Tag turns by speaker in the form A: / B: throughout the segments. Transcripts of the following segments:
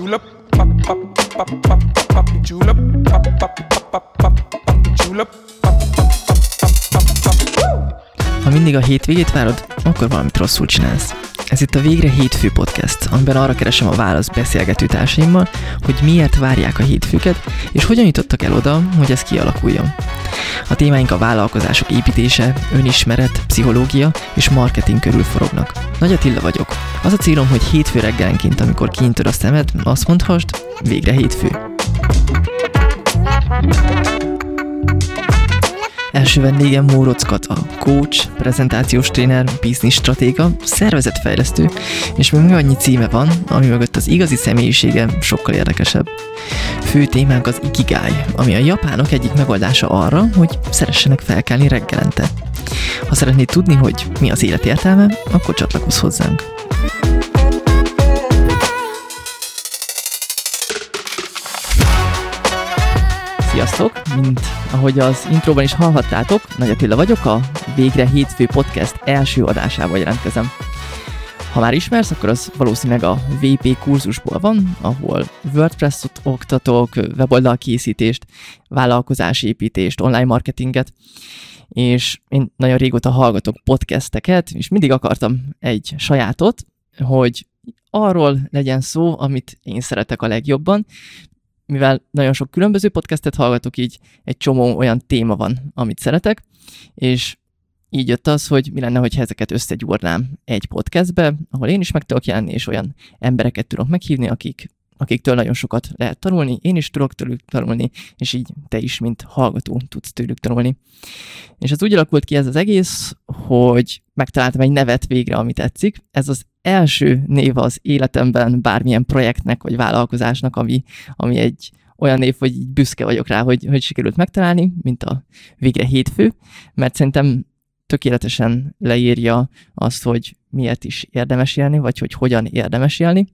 A: julep, pop pop pop pop pop julep, pop pop pop pop pop julep.
B: Ha mindig a hétvégét várod, akkor valamit rosszul csinálsz. Ez itt a Végre Hétfő Podcast, amiben arra keresem a választ beszélgető társaimmal, hogy miért várják a hétfőket, és hogyan jutottak el oda, hogy ez kialakuljon. A témáink a vállalkozások építése, önismeret, pszichológia és marketing körül forognak. Nagy Attila vagyok. Az a célom, hogy hétfő reggelenként, amikor kinyitod a szemed, azt mondhassd, végre hétfő. Első vendégem Mórocz Kata, coach, prezentációs tréner, business stratéga, szervezetfejlesztő, és még annyi címe van, ami mögött az igazi személyisége sokkal érdekesebb. Fő témánk az Ikigai, ami a japánok egyik megoldása arra, hogy szeressenek felkelni reggelente. Ha szeretnéd tudni, hogy mi az élet értelme, akkor csatlakozz hozzánk. Sziasztok! Mint ahogy az intróban is hallhattátok, Nagy Attila vagyok, a Végre Hétfő Podcast első adásával jelentkezem. Ha már ismersz, akkor az valószínűleg a VP kurzusból van, ahol WordPress-ot oktatok, weboldalkészítést, vállalkozásépítést, online marketinget, és én nagyon régóta hallgatok podcasteket, és mindig akartam egy sajátot, hogy arról legyen szó, amit én szeretek a legjobban, mivel nagyon sok különböző podcastet hallgatok, így egy csomó olyan téma van, amit szeretek, és így jött az, hogy mi lenne, hogyha ezeket összegyúrnám egy podcastbe, ahol én is meg tudok jelenni, és olyan embereket tudok meghívni, akiktől nagyon sokat lehet tanulni, én is tudok tőlük tanulni, és így te is, mint hallgató tudsz tőlük tanulni. És az úgy alakult ki ez az egész, hogy megtaláltam egy nevet végre, ami tetszik. Ez az első név az életemben bármilyen projektnek, vagy vállalkozásnak, ami egy olyan név, hogy így büszke vagyok rá, hogy sikerült megtalálni, mint a Végre Hétfő, mert szerintem tökéletesen leírja azt, hogy miért is érdemes élni, vagy hogy hogyan érdemes élni.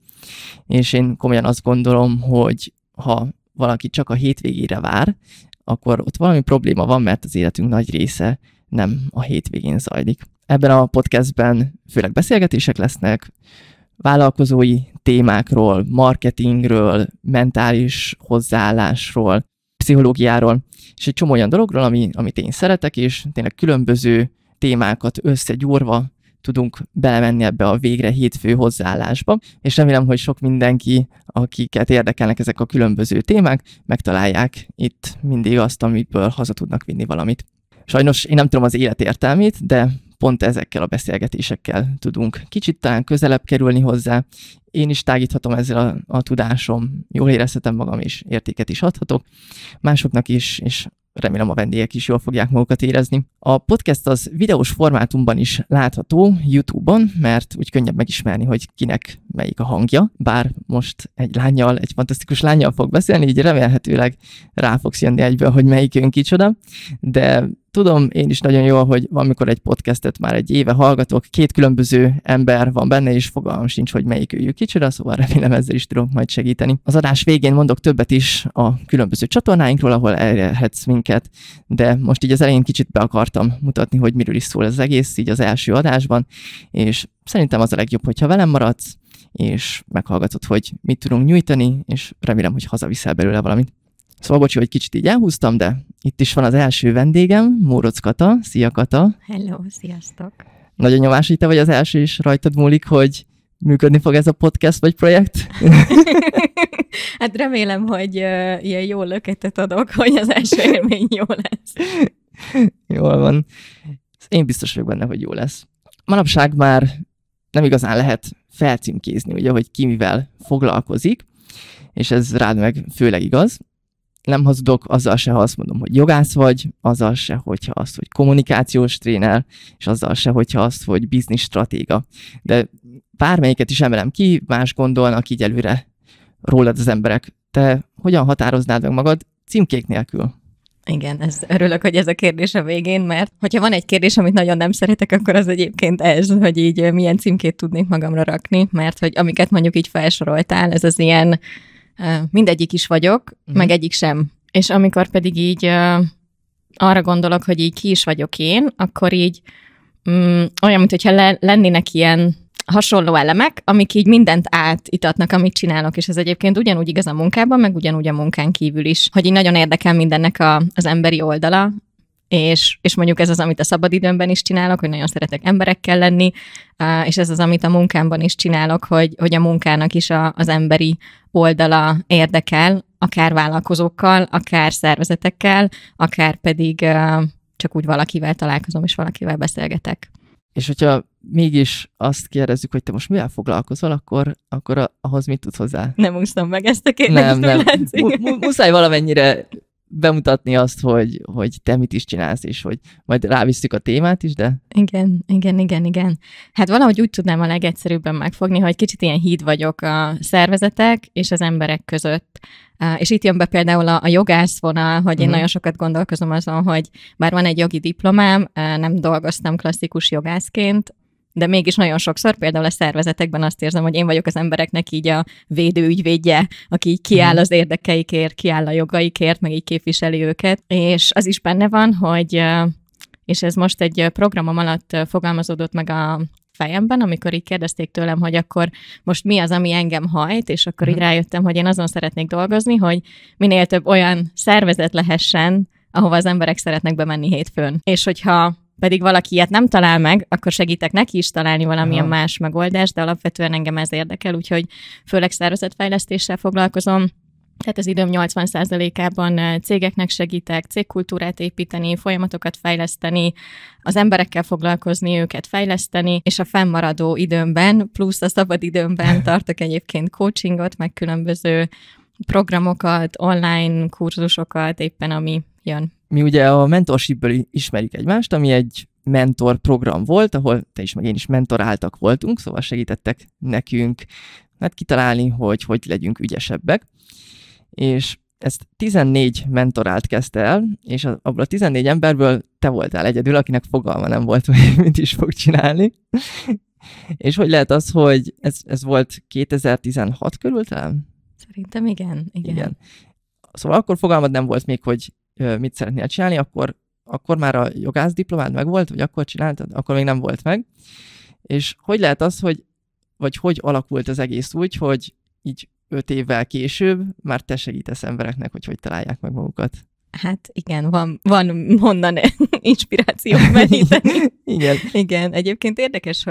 B: És én komolyan azt gondolom, hogy ha valaki csak a hétvégére vár, akkor ott valami probléma van, mert az életünk nagy része nem a hétvégén zajlik. Ebben a podcastben főleg beszélgetések lesznek, vállalkozói témákról, marketingről, mentális hozzáállásról, pszichológiáról, és egy csomó olyan dologról, amit én szeretek, és tényleg különböző témákat összegyúrva tudunk belemenni ebbe a végre hétfő hozzáállásba, és remélem, hogy sok mindenki, akiket érdekelnek ezek a különböző témák, megtalálják itt mindig azt, amiből haza tudnak vinni valamit. Sajnos én nem tudom az élet értelmét, de pont ezekkel a beszélgetésekkel tudunk kicsit talán közelebb kerülni hozzá. Én is tágíthatom ezzel a tudásom, jól érezhetem magam, és értéket is adhatok másoknak is, és remélem a vendégek is jól fogják magukat érezni. A podcast az videós formátumban is látható YouTube-on, mert úgy könnyebb megismerni, hogy kinek melyik a hangja. Bár most egy fantasztikus lánnyal fog beszélni, így remélhetőleg rá fogsz jönni egyből, hogy melyikünk kicsoda, de tudom én is nagyon jól, hogy valamikor egy podcastet már egy éve hallgatok, 2 különböző ember van benne, és fogalmam sincs, hogy melyik őjük kicsoda, szóval remélem ezzel is tudok majd segíteni. Az adás végén mondok többet is a különböző csatornáinkról, ahol elérhetsz minket, de most így az elején kicsit be akartam mutatni, hogy miről is szól ez az egész, így az első adásban, és szerintem az a legjobb, hogyha velem maradsz, és meghallgatod, hogy mit tudunk nyújtani, és remélem, hogy hazaviszel belőle valamit. Szóval bocsi, hogy kicsit így elhúztam, de itt is van az első vendégem, Mórocz Kata. Szia, Kata!
C: Hello, sziasztok!
B: Nagyon nyomás, hogy te vagy az első, és rajtad múlik, hogy működni fog ez a podcast vagy projekt?
C: Hát remélem, hogy ilyen jó löketet adok, hogy az első élmény jó lesz.
B: Jól van. Én biztos vagyok benne, hogy jó lesz. Manapság már nem igazán lehet felcímkézni, ugye, hogy ki mivel foglalkozik, és ez rád meg főleg igaz. Nem hazudok azzal se, ha azt mondom, hogy jogász vagy, azzal se, hogyha azt, hogy kommunikációs tréner, és azzal se, hogyha azt, hogy business stratéga. De bármelyiket is emelem ki, más gondolnak így előre rólad az emberek. Te hogyan határoznád meg magad címkék nélkül?
C: Igen, örülök, hogy ez a kérdés a végén, mert hogyha van egy kérdés, amit nagyon nem szeretek, akkor az egyébként ez, hogy így milyen címkét tudnék magamra rakni, mert hogy amiket mondjuk így felsoroltál, ez az ilyen mindegyik is vagyok, meg egyik sem. És amikor pedig így arra gondolok, hogy így ki is vagyok én, akkor így olyan, mintha lennének ilyen hasonló elemek, amik így mindent átitatnak, amit csinálok, és ez egyébként ugyanúgy igaz a munkában, meg ugyanúgy a munkán kívül is, hogy így nagyon érdekel mindennek az emberi oldala, és mondjuk ez az, amit a szabadidőmben is csinálok, hogy nagyon szeretek emberekkel lenni, és ez az, amit a munkámban is csinálok, hogy a munkának is az emberi oldala érdekel, akár vállalkozókkal, akár szervezetekkel, akár pedig csak úgy valakivel találkozom, és valakivel beszélgetek.
B: És hogyha mégis azt kérdezzük, hogy te most mivel foglalkozol, akkor ahhoz mit tudsz hozzá?
C: Nem úsztam meg ezt a kérdést.
B: Nem. Muszáj valamennyire bemutatni azt, hogy te mit is csinálsz, és hogy majd rávisszük a témát is, de...
C: Igen. Hát valahogy úgy tudnám a legegyszerűbben megfogni, hogy kicsit ilyen híd vagyok a szervezetek és az emberek között. És itt jön be például a jogász vonal, hogy én nagyon sokat gondolkozom azon, hogy bár van egy jogi diplomám, nem dolgoztam klasszikus jogászként, de mégis nagyon sokszor például a szervezetekben azt érzem, hogy én vagyok az embereknek így a védőügyvédje, aki így kiáll az érdekeikért, kiáll a jogaikért, meg így képviseli őket. És az is benne van, hogy, és ez most egy programom alatt fogalmazódott meg a fejemben, amikor így kérdezték tőlem, hogy akkor most mi az, ami engem hajt, és akkor így rájöttem, hogy én azon szeretnék dolgozni, hogy minél több olyan szervezet lehessen, ahova az emberek szeretnek bemenni hétfőn. És hogyha pedig valaki ilyet nem talál meg, akkor segítek neki is találni valamilyen más megoldást, de alapvetően engem ez érdekel, úgyhogy főleg szervezetfejlesztéssel foglalkozom. Tehát az időm 80%-ában cégeknek segítek, cégkultúrát építeni, folyamatokat fejleszteni, az emberekkel foglalkozni, őket fejleszteni, és a fennmaradó időmben, plusz a szabad időmben tartok egyébként coachingot, meg különböző programokat, online kurzusokat, éppen ami jön.
B: Mi ugye a mentorshipből ismerjük egymást, ami egy mentor program volt, ahol te is meg én is mentoráltak voltunk, szóval segítettek nekünk kitalálni, hogy legyünk ügyesebbek. És ezt 14 mentorált kezdte el, és abból a 14 emberből te voltál egyedül, akinek fogalma nem volt, hogy mit is fog csinálni. És hogy lehet az, hogy ez volt 2016 körül talán?
C: Szerintem igen.
B: Szóval akkor fogalmad nem volt még, hogy mit szeretnél csinálni, akkor már a jogász diplomád megvolt, vagy akkor csináltad? Akkor még nem volt meg. És hogy lehet az, hogy alakult az egész úgy, hogy így 5 évvel később már te segítesz embereknek, hogy találják meg magukat?
C: Hát igen, van honnan inspiráció meríteni. Igen, egyébként érdekes,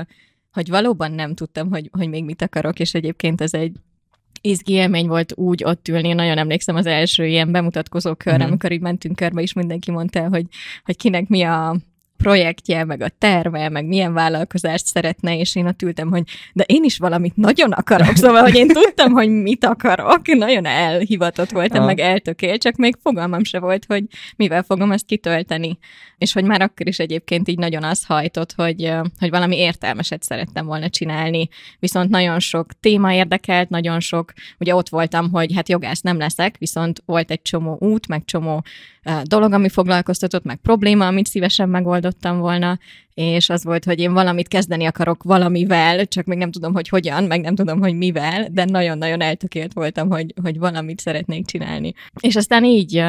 C: hogy valóban nem tudtam, hogy még mit akarok, és egyébként ez egy izgi élmény volt úgy ott ülni. Nagyon emlékszem az első ilyen bemutatkozó körre, amikor így mentünk körbe, és mindenki mondta, hogy kinek mi a projektje, meg a terve, meg milyen vállalkozást szeretne, és én ott ültem, hogy de én is valamit nagyon akarok, szóval, hogy én tudtam, hogy mit akarok, nagyon elhivatott voltam, meg eltökélt, csak még fogalmam se volt, hogy mivel fogom ezt kitölteni. És hogy már akkor is egyébként így nagyon az hajtott, hogy valami értelmeset szerettem volna csinálni. Viszont nagyon sok téma érdekelt, nagyon sok, ugye ott voltam, hogy hát jogász nem leszek, viszont volt egy csomó út, meg csomó dolog, ami foglalkoztatott, meg probléma, amit szívesen megoldottam volna, és az volt, hogy én valamit kezdeni akarok valamivel, csak még nem tudom, hogy hogyan, meg nem tudom, hogy mivel, de nagyon-nagyon eltökélt voltam, hogy valamit szeretnék csinálni. És aztán így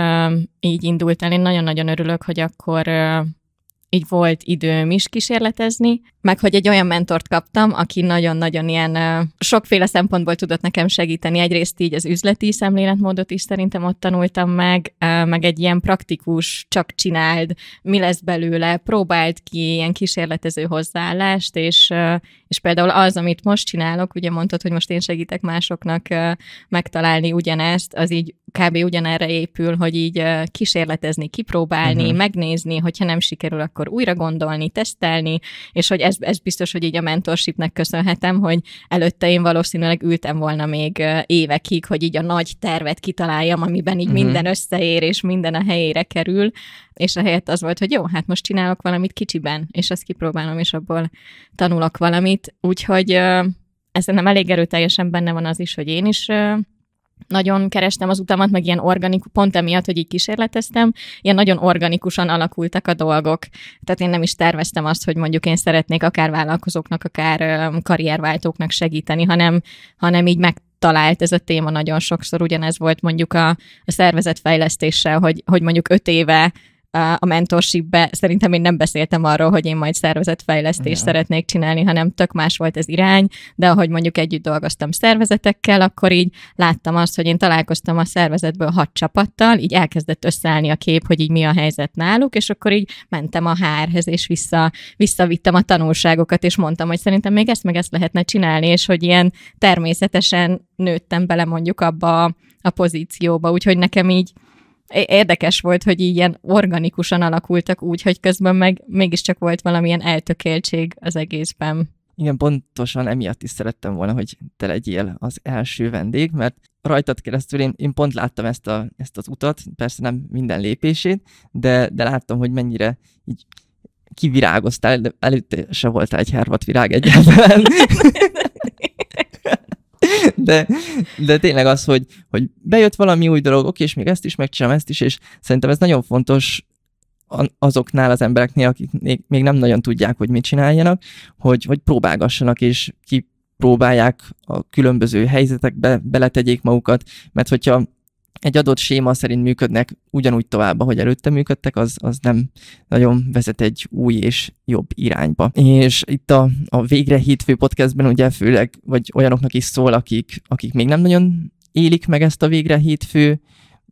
C: indult el, én nagyon-nagyon örülök, hogy akkor így volt időm is kísérletezni, meg hogy egy olyan mentort kaptam, aki nagyon-nagyon ilyen sokféle szempontból tudott nekem segíteni. Egyrészt így az üzleti szemléletmódot is szerintem ott tanultam meg egy ilyen praktikus, csak csináld, mi lesz belőle, próbáld ki ilyen kísérletező hozzáállást, és például az, amit most csinálok, ugye mondtad, hogy most én segítek másoknak megtalálni ugyanezt, az így kb. Ugyanerre épül, hogy így kísérletezni, kipróbálni, megnézni, hogyha nem sikerül, akkor újra gondolni, tesztelni, és hogy ez biztos, hogy így a mentorshipnek köszönhetem, hogy előtte én valószínűleg ültem volna még évekig, hogy így a nagy tervet kitaláljam, amiben így minden összeér, és minden a helyére kerül, és a helyett az volt, hogy jó, hát most csinálok valamit kicsiben, és azt kipróbálom, és abból tanulok valamit, úgyhogy ez nem elég erőteljesen benne van az is, hogy én is nagyon kerestem az utamat, meg ilyen organikus, pont emiatt, hogy így kísérleteztem, ilyen nagyon organikusan alakultak a dolgok. Tehát én nem is terveztem azt, hogy mondjuk én szeretnék akár vállalkozóknak, akár karrierváltóknak segíteni, hanem így megtalált ez a téma nagyon sokszor. Ugyanez volt mondjuk a szervezetfejlesztéssel, hogy mondjuk 5 éve a mentorshipbe szerintem én nem beszéltem arról, hogy én majd szervezetfejlesztést szeretnék csinálni, hanem tök más volt az irány, de ahogy mondjuk együtt dolgoztam szervezetekkel, akkor így láttam azt, hogy én találkoztam a szervezetből 6 csapattal, így elkezdett összeállni a kép, hogy így mi a helyzet náluk, és akkor így mentem a HR-hez, és visszavittem a tanulságokat, és mondtam, hogy szerintem még ezt meg ezt lehetne csinálni, és hogy ilyen természetesen nőttem bele mondjuk abba a pozícióba, úgyhogy nekem így érdekes volt, hogy így ilyen organikusan alakultak úgy, hogy közben meg mégiscsak volt valamilyen eltökéltség az egészben.
B: Igen, pontosan emiatt is szerettem volna, hogy te legyél az első vendég, mert rajtad keresztül én pont láttam ezt az utat, persze nem minden lépését, de láttam, hogy mennyire így kivirágoztál, de előtte se voltál egy hervatvirág egyáltalán. De tényleg az, hogy bejött valami új dolog, és még ezt is megcsinálom, ezt is, és szerintem ez nagyon fontos azoknál az embereknél, akik még nem nagyon tudják, hogy mit csináljanak, hogy próbálgassanak, és kipróbálják a különböző helyzetekbe, beletegyék magukat, mert hogyha egy adott séma szerint működnek ugyanúgy tovább, ahogy előtte működtek, az nem nagyon vezet egy új és jobb irányba. És itt a Végre Hétfő podcastben ugye főleg, vagy olyanoknak is szól, akik még nem nagyon élik meg ezt a Végre Hétfő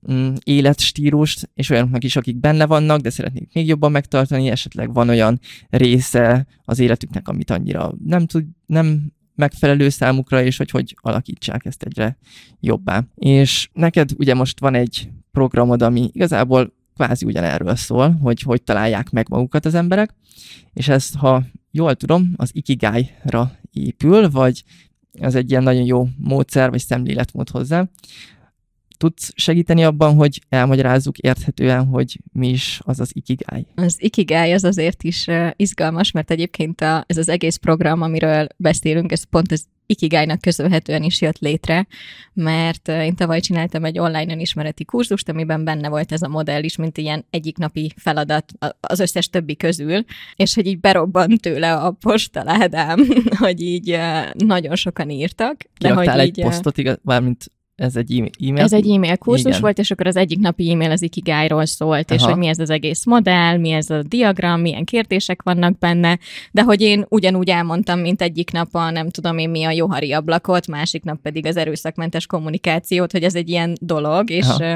B: életstílust, és olyanoknak is, akik benne vannak, de szeretnék még jobban megtartani, esetleg van olyan része az életüknek, amit annyira nem megfelelő számukra, és hogy alakítsák ezt egyre jobbá. És neked ugye most van egy programod, ami igazából kvázi ugyanerről szól, hogy találják meg magukat az emberek, és ezt, ha jól tudom, az Ikigai-ra épül, vagy ez egy ilyen nagyon jó módszer, vagy szemléletmód hozzá. Tudsz segíteni abban, hogy elmagyarázzuk érthetően, hogy mi is az Ikigai?
C: Az Ikigai az azért is izgalmas, mert egyébként ez az egész program, amiről beszélünk, ez pont az Ikigainak köszönhetően is jött létre, mert én tavaly csináltam egy online önismereti kurzust, amiben benne volt ez a modell is, mint ilyen egyiknapi feladat az összes többi közül, és hogy így berobbant tőle a postaládám, hogy így nagyon sokan írtak.
B: Kiadtál egy posztot, mármint ez egy e-mail?
C: Ez egy e-mail kurzus volt, és akkor az egyik napi e-mail az Ikigairól szólt, és hogy mi ez az egész modell, mi ez a diagram, milyen kérdések vannak benne, de hogy én ugyanúgy elmondtam, mint egyik nap nem tudom én mi a Johari ablakot, másik nap pedig az erőszakmentes kommunikációt, hogy ez egy ilyen dolog,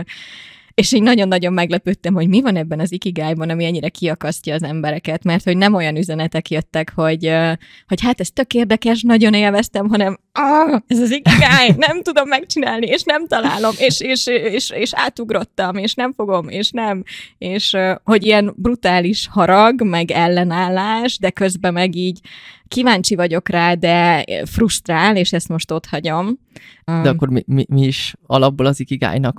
C: és így nagyon-nagyon meglepődtem, hogy mi van ebben az Ikigaiban, ami ennyire kiakasztja az embereket, mert hogy nem olyan üzenetek jöttek, hogy hát ez tök érdekes, nagyon élveztem, hanem ez az Ikigai, nem tudom megcsinálni, és nem találom, és átugrottam, és nem fogom, és nem, és hogy ilyen brutális harag, meg ellenállás, de közben meg így kíváncsi vagyok rá, de frusztrál, és ezt most ott hagyom.
B: De akkor mi is alapból az Ikigainak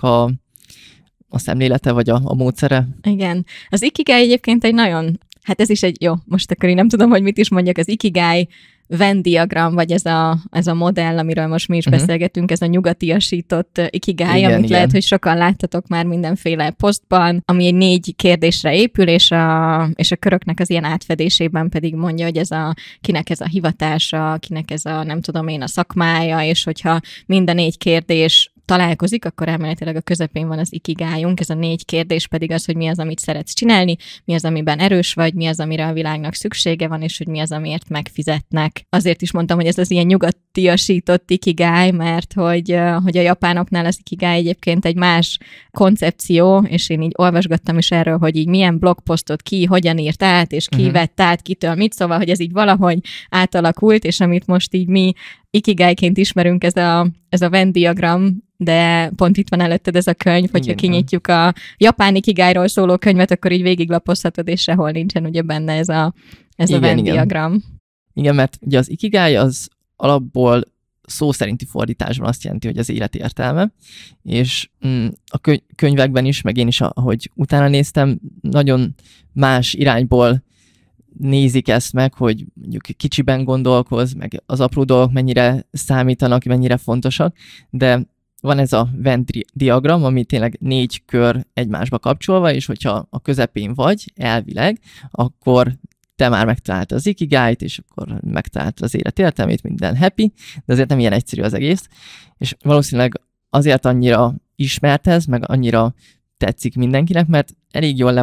B: a szemlélete, vagy a módszere?
C: Igen. Az Ikigai egyébként egy nagyon, hát ez is egy, jó, most akkor én nem tudom, hogy mit is mondjak, az Ikigai Venn diagram, vagy ez a modell, amiről most mi is beszélgetünk, ez a nyugatiasított Ikigai, amit lehet, hogy sokan láttatok már mindenféle posztban, ami egy 4 kérdésre épül, és a köröknek az ilyen átfedésében pedig mondja, hogy kinek ez a hivatása, kinek ez a nem tudom én a szakmája, és hogyha minden 4 kérdés találkozik, akkor elméletileg a közepén van az ikigájunk, ez a 4 kérdés pedig az, hogy mi az, amit szeretsz csinálni, mi az, amiben erős vagy, mi az, amire a világnak szüksége van, és hogy mi az, amiért megfizetnek. Azért is mondtam, hogy ez az ilyen nyugatiasított ikigai, mert hogy a japánoknál az ikigai egyébként egy más koncepció, és én így olvasgattam is erről, hogy így milyen blogposztot ki, hogyan írt át, és ki vett át, kitől mit, szóval, hogy ez így valahogy átalakult, és amit most így mi ikigaiként ismerünk, ez a Venn diagram, de pont itt van előtted ez a könyv, hogyha kinyitjuk a japán ikigairól szóló könyvet, akkor így végiglapozhatod, és sehol nincsen ugye benne ez a Venn diagram.
B: Igen, mert ugye az ikigai az alapból szó szerinti fordításban azt jelenti, hogy az élet értelme, és a könyvekben is, meg én is, ahogy utána néztem, nagyon más irányból nézik ezt meg, hogy mondjuk kicsiben gondolkoz, meg az apró dolgok mennyire számítanak, mennyire fontosak, de van ez a Venn diagram, ami tényleg 4 kör egymásba kapcsolva, és hogyha a közepén vagy, elvileg, akkor te már megtaláltad az ikigait, és akkor megtaláltad az élet értelmét, minden happy, de azért nem ilyen egyszerű az egész, és valószínűleg azért annyira ismert ez, meg annyira tetszik mindenkinek, mert elég jól le van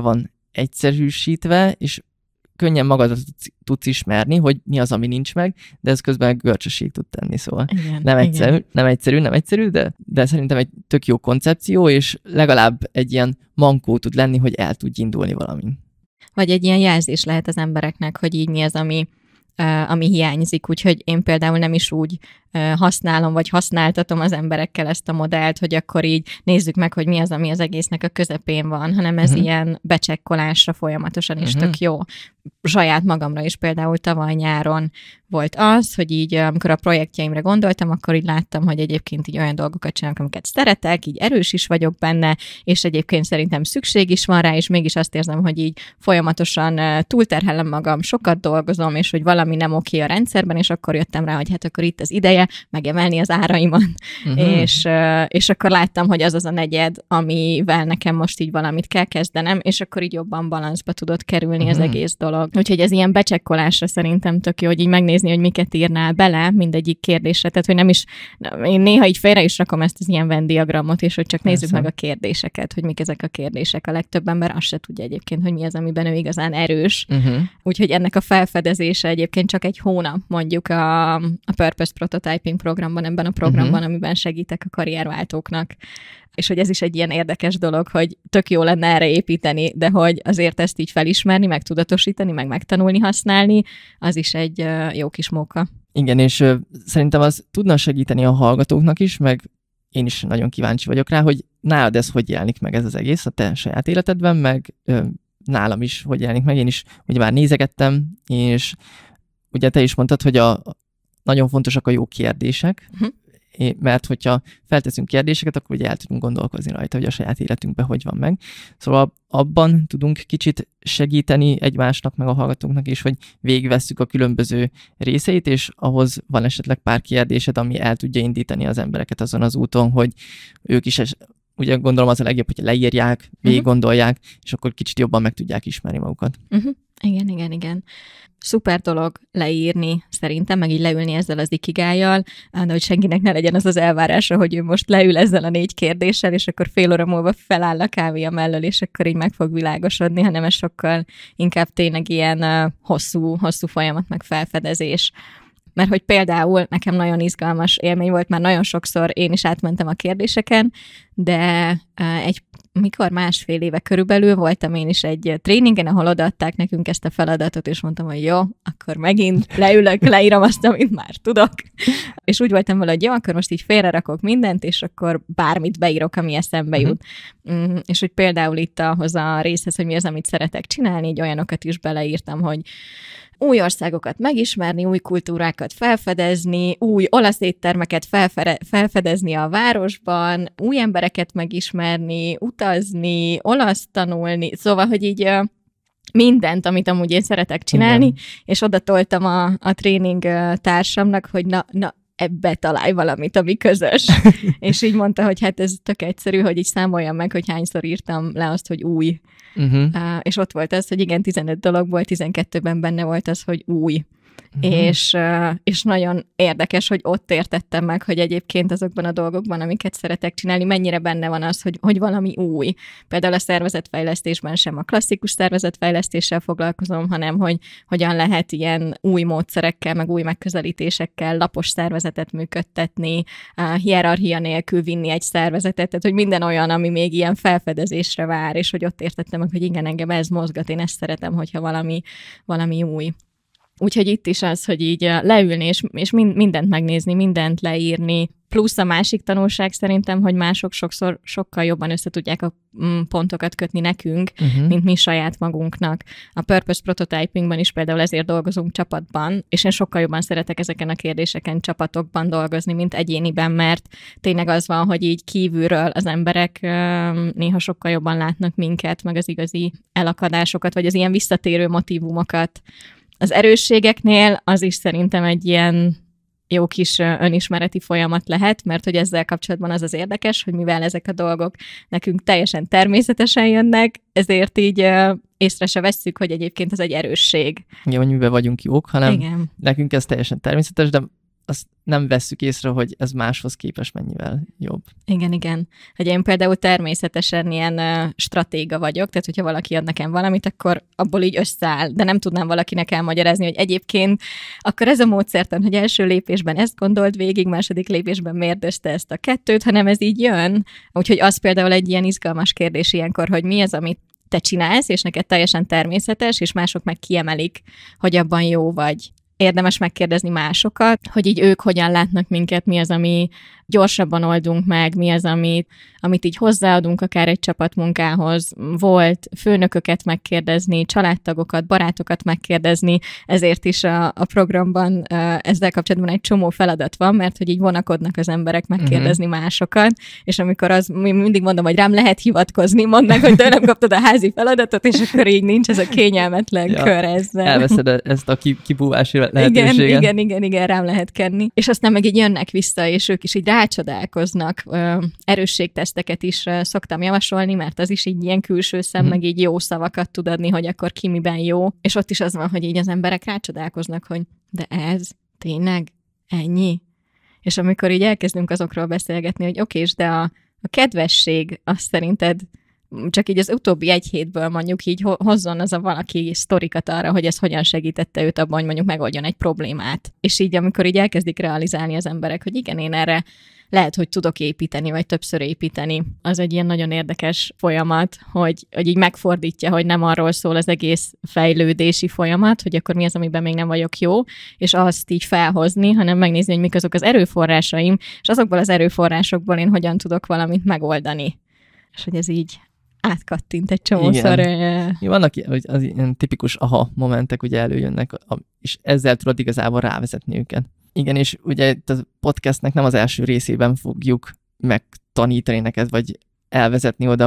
B: egyszerűsítve, és könnyen magadat tudsz ismerni, hogy mi az, ami nincs meg, de ez közben görcsösség tud tenni, szóval
C: Igen,
B: nem egyszerű, de szerintem egy tök jó koncepció, és legalább egy ilyen mankó tud lenni, hogy el tudj indulni valamin.
C: Vagy egy ilyen jelzés lehet az embereknek, hogy így mi az, ami hiányzik, úgyhogy én például nem is úgy használom, vagy használtatom az emberekkel ezt a modellt, hogy akkor így nézzük meg, hogy mi az, ami az egésznek a közepén van, hanem ez ilyen becsekkolásra folyamatosan is tök jó. Saját magamra is például tavaly nyáron volt az, hogy így amikor a projektjeimre gondoltam, akkor így láttam, hogy egyébként így olyan dolgokat csinálok, amiket szeretek, így erős is vagyok benne, és egyébként szerintem szükség is van rá, és mégis azt érzem, hogy így folyamatosan túlterhelem magam, sokat dolgozom, és hogy valami nem oké a rendszerben, és akkor jöttem rá, hogy hát akkor itt az ideje megemelni az áraimat. És akkor láttam, hogy az a negyed, amivel nekem most így valamit kell kezdenem, és akkor így jobban balanszba tudott kerülni az egész dolog. Úgyhogy ez ilyen becsekkolásra szerintem tök jó, hogy így megnézni, hogy miket írnál bele mindegyik kérdésre. Tehát, hogy nem is, én néha így félre is rakom ezt az ilyen Venn diagramot, és hogy csak nézzük meg a kérdéseket, hogy mik ezek a kérdések. A legtöbb ember azt se tudja egyébként, hogy mi az, amiben ő igazán erős. Úgyhogy ennek a felfedezése egyébként csak egy hónap mondjuk a Purpose Prototyping programban, ebben a programban, amiben segítek a karrierváltóknak. És hogy ez is egy ilyen érdekes dolog, hogy tök jó lenne erre építeni, de hogy azért ezt így felismerni, meg tudatosítani, meg megtanulni használni, az is egy jó kis móka.
B: Igen, és szerintem az tudna segíteni a hallgatóknak is, meg én is nagyon kíváncsi vagyok rá, hogy nálad ez hogy jelenik meg ez az egész a te saját életedben, meg nálam is hogy jelenik meg. Én is ugye már nézegettem, és ugye te is mondtad, hogy nagyon fontosak a jó kérdések, mert hogyha felteszünk kérdéseket, akkor ugye el tudunk gondolkozni rajta, hogy a saját életünkben hogy van meg. Szóval abban tudunk kicsit segíteni egymásnak, meg a hallgatóknak is, hogy végigvesszük a különböző részeit, és ahhoz van esetleg pár kérdésed, ami el tudja indítani az embereket azon az úton, hogy ők is ugye gondolom az a legjobb, hogy leírják, végig gondolják, és akkor kicsit jobban meg tudják ismerni magukat.
C: Igen. Szuper dolog leírni szerintem, meg így leülni ezzel az ikigájjal, de hogy senkinek ne legyen az az elvárása, hogy ő most leül ezzel a 4 kérdéssel, és akkor fél óra múlva feláll a kávéja mellől, és akkor így meg fog világosodni, hanem ez sokkal inkább tényleg ilyen hosszú folyamat, meg felfedezés. Mert hogy például nekem nagyon izgalmas élmény volt, már nagyon sokszor én is átmentem a kérdéseken, de mikor 1,5 éve körülbelül voltam én is egy tréningen, ahol odaadták nekünk ezt a feladatot, és mondtam, hogy jó, akkor megint leülök, leírom azt, amit már tudok. És úgy voltam vele, hogy jó, akkor most így félrerakok mindent, és akkor bármit beírok, ami eszembe jut. És hogy például itt ahhoz a részhez, hogy mi az, amit szeretek csinálni, így olyanokat is beleírtam, hogy új országokat megismerni, új kultúrákat felfedezni, új olasz éttermeket felfedezni a városban, új embereket megismerni, utazni, olasz tanulni, szóval, hogy így mindent, amit amúgy én szeretek csinálni, igen. És oda toltam a tréning társamnak, hogy na, ebbe találj valamit, ami közös. És így mondta, hogy hát ez tök egyszerű, hogy így számoljam meg, hogy hányszor írtam le azt, hogy új. És ott volt az, hogy igen, 15 dologból 12-ben benne volt az, hogy új. És nagyon érdekes, hogy ott értettem meg, hogy egyébként azokban a dolgokban, amiket szeretek csinálni, mennyire benne van az, hogy valami új. Például a szervezetfejlesztésben sem a klasszikus szervezetfejlesztéssel foglalkozom, hanem hogy hogyan lehet ilyen új módszerekkel, meg új megközelítésekkel lapos szervezetet működtetni, hierarchia nélkül vinni egy szervezetet, tehát hogy minden olyan, ami még ilyen felfedezésre vár, és hogy ott értettem meg, hogy igen, engem ez mozgat, én ezt szeretem, hogyha valami új. Úgyhogy itt is az, hogy így leülni, és mindent megnézni, mindent leírni, plusz a másik tanulság szerintem, hogy mások sokkal jobban össze tudják a pontokat kötni nekünk, mint mi saját magunknak. A Purpose Prototypingban is például ezért dolgozunk csapatban, és én sokkal jobban szeretek ezeken a kérdéseken csapatokban dolgozni, mint egyéniben, mert tényleg az van, hogy így kívülről az emberek néha sokkal jobban látnak minket, meg az igazi elakadásokat, vagy az ilyen visszatérő motívumokat. Az erősségeknél az is szerintem egy ilyen jó kis önismereti folyamat lehet, mert hogy ezzel kapcsolatban az érdekes, hogy mivel ezek a dolgok nekünk teljesen természetesen jönnek, ezért így észre se vesszük, hogy egyébként ez egy erősség.
B: Igen, hogy miben vagyunk jók, hanem igen. Nekünk ez teljesen természetes, de azt nem vesszük észre, hogy ez máshoz képest mennyivel jobb.
C: Igen. Hogy én például természetesen ilyen stratéga vagyok, tehát hogyha valaki ad nekem valamit, akkor abból így összeáll, de nem tudnám valakinek elmagyarázni, hogy egyébként akkor ez a módszertan, hogy első lépésben ezt gondolt végig, második lépésben mérdezte ezt a kettőt, hanem ez így jön. Úgyhogy az például egy ilyen izgalmas kérdés ilyenkor, hogy mi az, amit te csinálsz, és neked teljesen természetes, és mások meg kiemelik, hogy abban jó vagy. Érdemes megkérdezni másokat, hogy így ők hogyan látnak minket, mi az, ami gyorsabban oldunk meg, mi az, amit így hozzáadunk akár egy csapatmunkához. Volt főnököket megkérdezni, családtagokat, barátokat megkérdezni, ezért is a programban ezzel kapcsolatban egy csomó feladat van, mert hogy így vonakodnak az emberek megkérdezni másokat, és amikor mindig mondom, hogy rám lehet hivatkozni, mondd meg, hogy tőlem kaptad a házi feladatot, és akkor így nincs ez a kényelmetlen kör ezzel.
B: Elveszed ezt a kibúvási lehetőséget.
C: Igen, rám lehet kenni. És aztán meg így jönnek vissza, és ők is így rácsodálkoznak. Erősségteszteket is szoktam javasolni, mert az is így ilyen külső szem, meg így jó szavakat tud adni, hogy akkor ki miben jó. És ott is az van, hogy így az emberek rácsodálkoznak, hogy de ez tényleg ennyi? És amikor így elkezdünk azokról beszélgetni, hogy oké, de a kedvesség, azt szerinted csak így az utóbbi egy hétből mondjuk így hozzon az a valaki sztorikat arra, hogy ez hogyan segítette őt abban, hogy mondjuk megoldjon egy problémát. És így amikor így elkezdik realizálni az emberek, hogy igen, én erre lehet, hogy tudok építeni, vagy többször építeni. Az egy ilyen nagyon érdekes folyamat, hogy így megfordítja, hogy nem arról szól az egész fejlődési folyamat, hogy akkor mi az, amiben még nem vagyok jó, és azt így felhozni, hanem megnézni, hogy mik azok az erőforrásaim, és azokból az erőforrásokból én hogyan tudok valamit megoldani. És hogy ez így átkattint egy csomószor.
B: Vannak az ilyen tipikus aha momentek, ugye előjönnek, és ezzel tudod igazából rávezetni őket. Igen, és ugye itt a podcastnek nem az első részében fogjuk megtanítani neked, vagy elvezetni oda,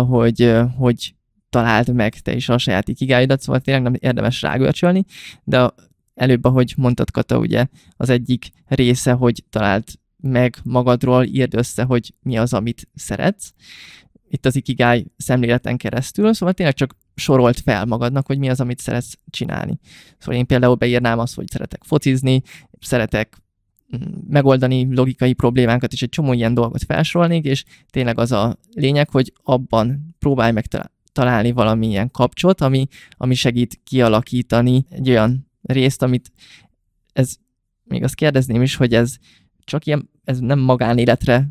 B: hogy találd meg te is a saját ikigáidat, szóval tényleg nem érdemes rágörcsölni, de előbb, ahogy mondtad, Kata, ugye az egyik része, hogy találd meg magadról, írd össze, hogy mi az, amit szeretsz. Itt az ikigai szemléleten keresztül, szóval tényleg csak sorolt fel magadnak, hogy mi az, amit szeretsz csinálni. Szóval én például beírnám azt, hogy szeretek focizni, szeretek megoldani logikai problémákat, és egy csomó ilyen dolgot felsorolnék, és tényleg az a lényeg, hogy abban próbálj meg találni valamilyen kapcsot, ami segít kialakítani egy olyan részt, amit ez, még azt kérdezném is, hogy ez csak ilyen, ez nem magánéletre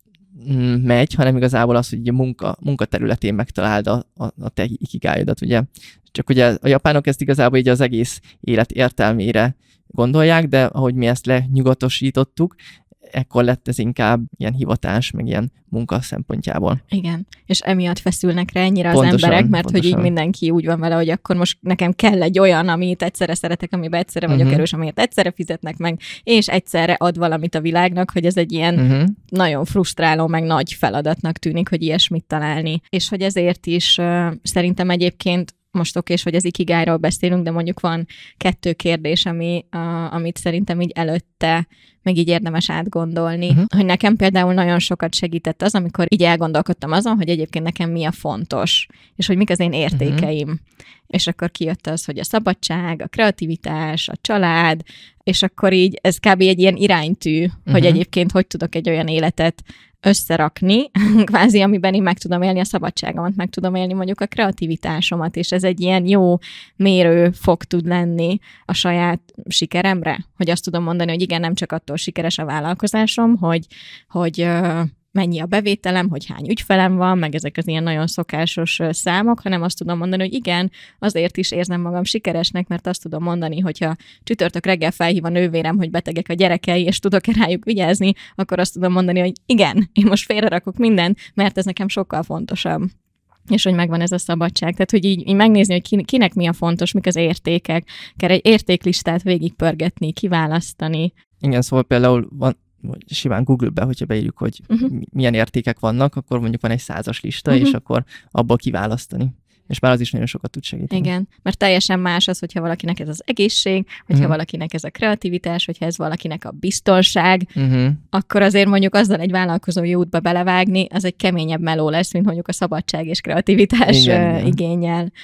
B: megy, hanem igazából az, hogy a munkaterületén megtaláld a te ikigáidat, ugye. Csak ugye a japánok ezt igazából így az egész élet értelmére gondolják, de ahogy mi ezt lenyugatosítottuk, ekkor lett ez inkább ilyen hivatás, meg ilyen munka szempontjából.
C: Igen, és emiatt feszülnek rá ennyire az emberek, mert hogy így mindenki úgy van vele, hogy akkor most nekem kell egy olyan, amit egyszerre szeretek, amiben egyszerre vagyok erős, amiért egyszerre fizetnek meg, és egyszerre ad valamit a világnak, hogy ez egy ilyen nagyon frusztráló, meg nagy feladatnak tűnik, hogy ilyesmit találni. És hogy ezért is szerintem egyébként most okés, hogy az ikigáiról beszélünk, de mondjuk van 2 kérdés, amit szerintem így előtte meg így érdemes átgondolni. Hogy nekem például nagyon sokat segített az, amikor így elgondolkodtam azon, hogy egyébként nekem mi a fontos, és hogy mik az én értékeim. És akkor kijött az, hogy a szabadság, a kreativitás, a család, és akkor így ez kb. Egy ilyen iránytű, hogy egyébként hogy tudok egy olyan életet összerakni, kvázi, amiben én meg tudom élni a szabadságomat, meg tudom élni mondjuk a kreativitásomat, és ez egy ilyen jó mérő fog tud lenni a saját sikeremre, hogy azt tudom mondani, hogy igen, nem csak attól sikeres a vállalkozásom, hogy mennyi a bevételem, hogy hány ügyfelem van, meg ezek az ilyen nagyon szokásos számok, hanem azt tudom mondani, hogy igen, azért is érzem magam sikeresnek, mert azt tudom mondani, hogyha csütörtök reggel felhív a nővérem, hogy betegek a gyerekei, és tudok-e rájuk vigyázni, akkor azt tudom mondani, hogy igen, én most félrerakok mindent, mert ez nekem sokkal fontosabb. És hogy megvan ez a szabadság. Tehát, hogy így megnézni, hogy kinek mi a fontos, mik az értékek, kell egy értéklistát végigpörgetni, kiválasztani.
B: Igen, szóval például van simán Google-be, hogyha beírjuk, hogy milyen értékek vannak, akkor mondjuk van egy 100-as lista, és akkor abból kiválasztani. És már az is nagyon sokat tud segíteni.
C: Igen, mert teljesen más az, hogyha valakinek ez az egészség, hogyha valakinek ez a kreativitás, hogyha ez valakinek a biztonság, akkor azért mondjuk azzal egy vállalkozói útba belevágni, az egy keményebb meló lesz, mint mondjuk a szabadság és kreativitás igénnyel.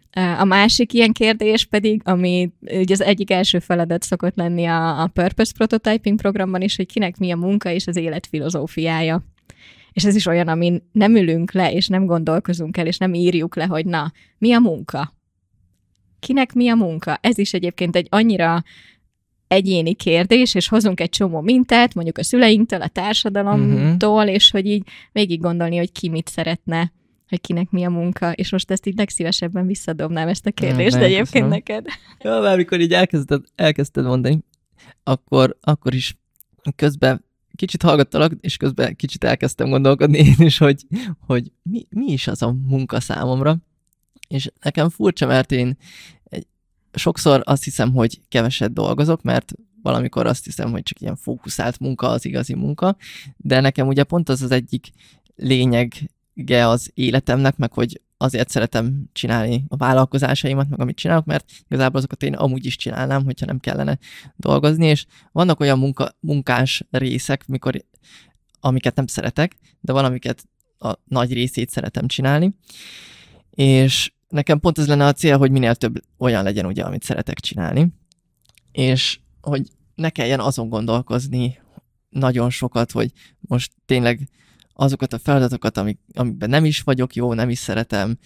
C: A másik ilyen kérdés pedig, ami ugye az egyik első feladat szokott lenni a Purpose Prototyping programban is, hogy kinek mi a munka és az élet filozófiája. És ez is olyan, amin nem ülünk le, és nem gondolkozunk el, és nem írjuk le, hogy na, mi a munka? Kinek mi a munka? Ez is egyébként egy annyira egyéni kérdés, és hozunk egy csomó mintát, mondjuk a szüleinktől, a társadalomtól, és hogy így végig gondolni, hogy ki mit szeretne, hogy kinek mi a munka, és most ezt így legszívesebben visszadobnám ezt a kérdést egyébként
B: köszönöm.
C: neked.
B: Ja, már amikor így elkezdted mondani, akkor is közben kicsit hallgattalak, és közben kicsit elkezdtem gondolkodni én is, hogy mi is az a munka számomra. És nekem furcsa, mert én sokszor azt hiszem, hogy keveset dolgozok, mert valamikor azt hiszem, hogy csak ilyen fókuszált munka az igazi munka, de nekem ugye pont az egyik lényege az életemnek, meg hogy azért szeretem csinálni a vállalkozásaimat, meg amit csinálok, mert igazából azokat én amúgy is csinálnám, hogyha nem kellene dolgozni, és vannak olyan munkás részek, amiket nem szeretek, de valamiket a nagy részét szeretem csinálni, és nekem pont ez lenne a cél, hogy minél több olyan legyen, ugye, amit szeretek csinálni, és hogy ne kelljen azon gondolkozni nagyon sokat, hogy most tényleg azokat a feladatokat, amikben nem is vagyok jó, nem is szeretem,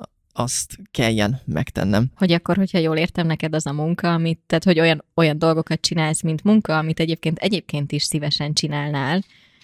B: azt kelljen megtennem.
C: Hogy akkor, hogyha jól értem, neked az a munka, tehát hogy olyan dolgokat csinálsz, mint munka, amit egyébként is szívesen csinálnál,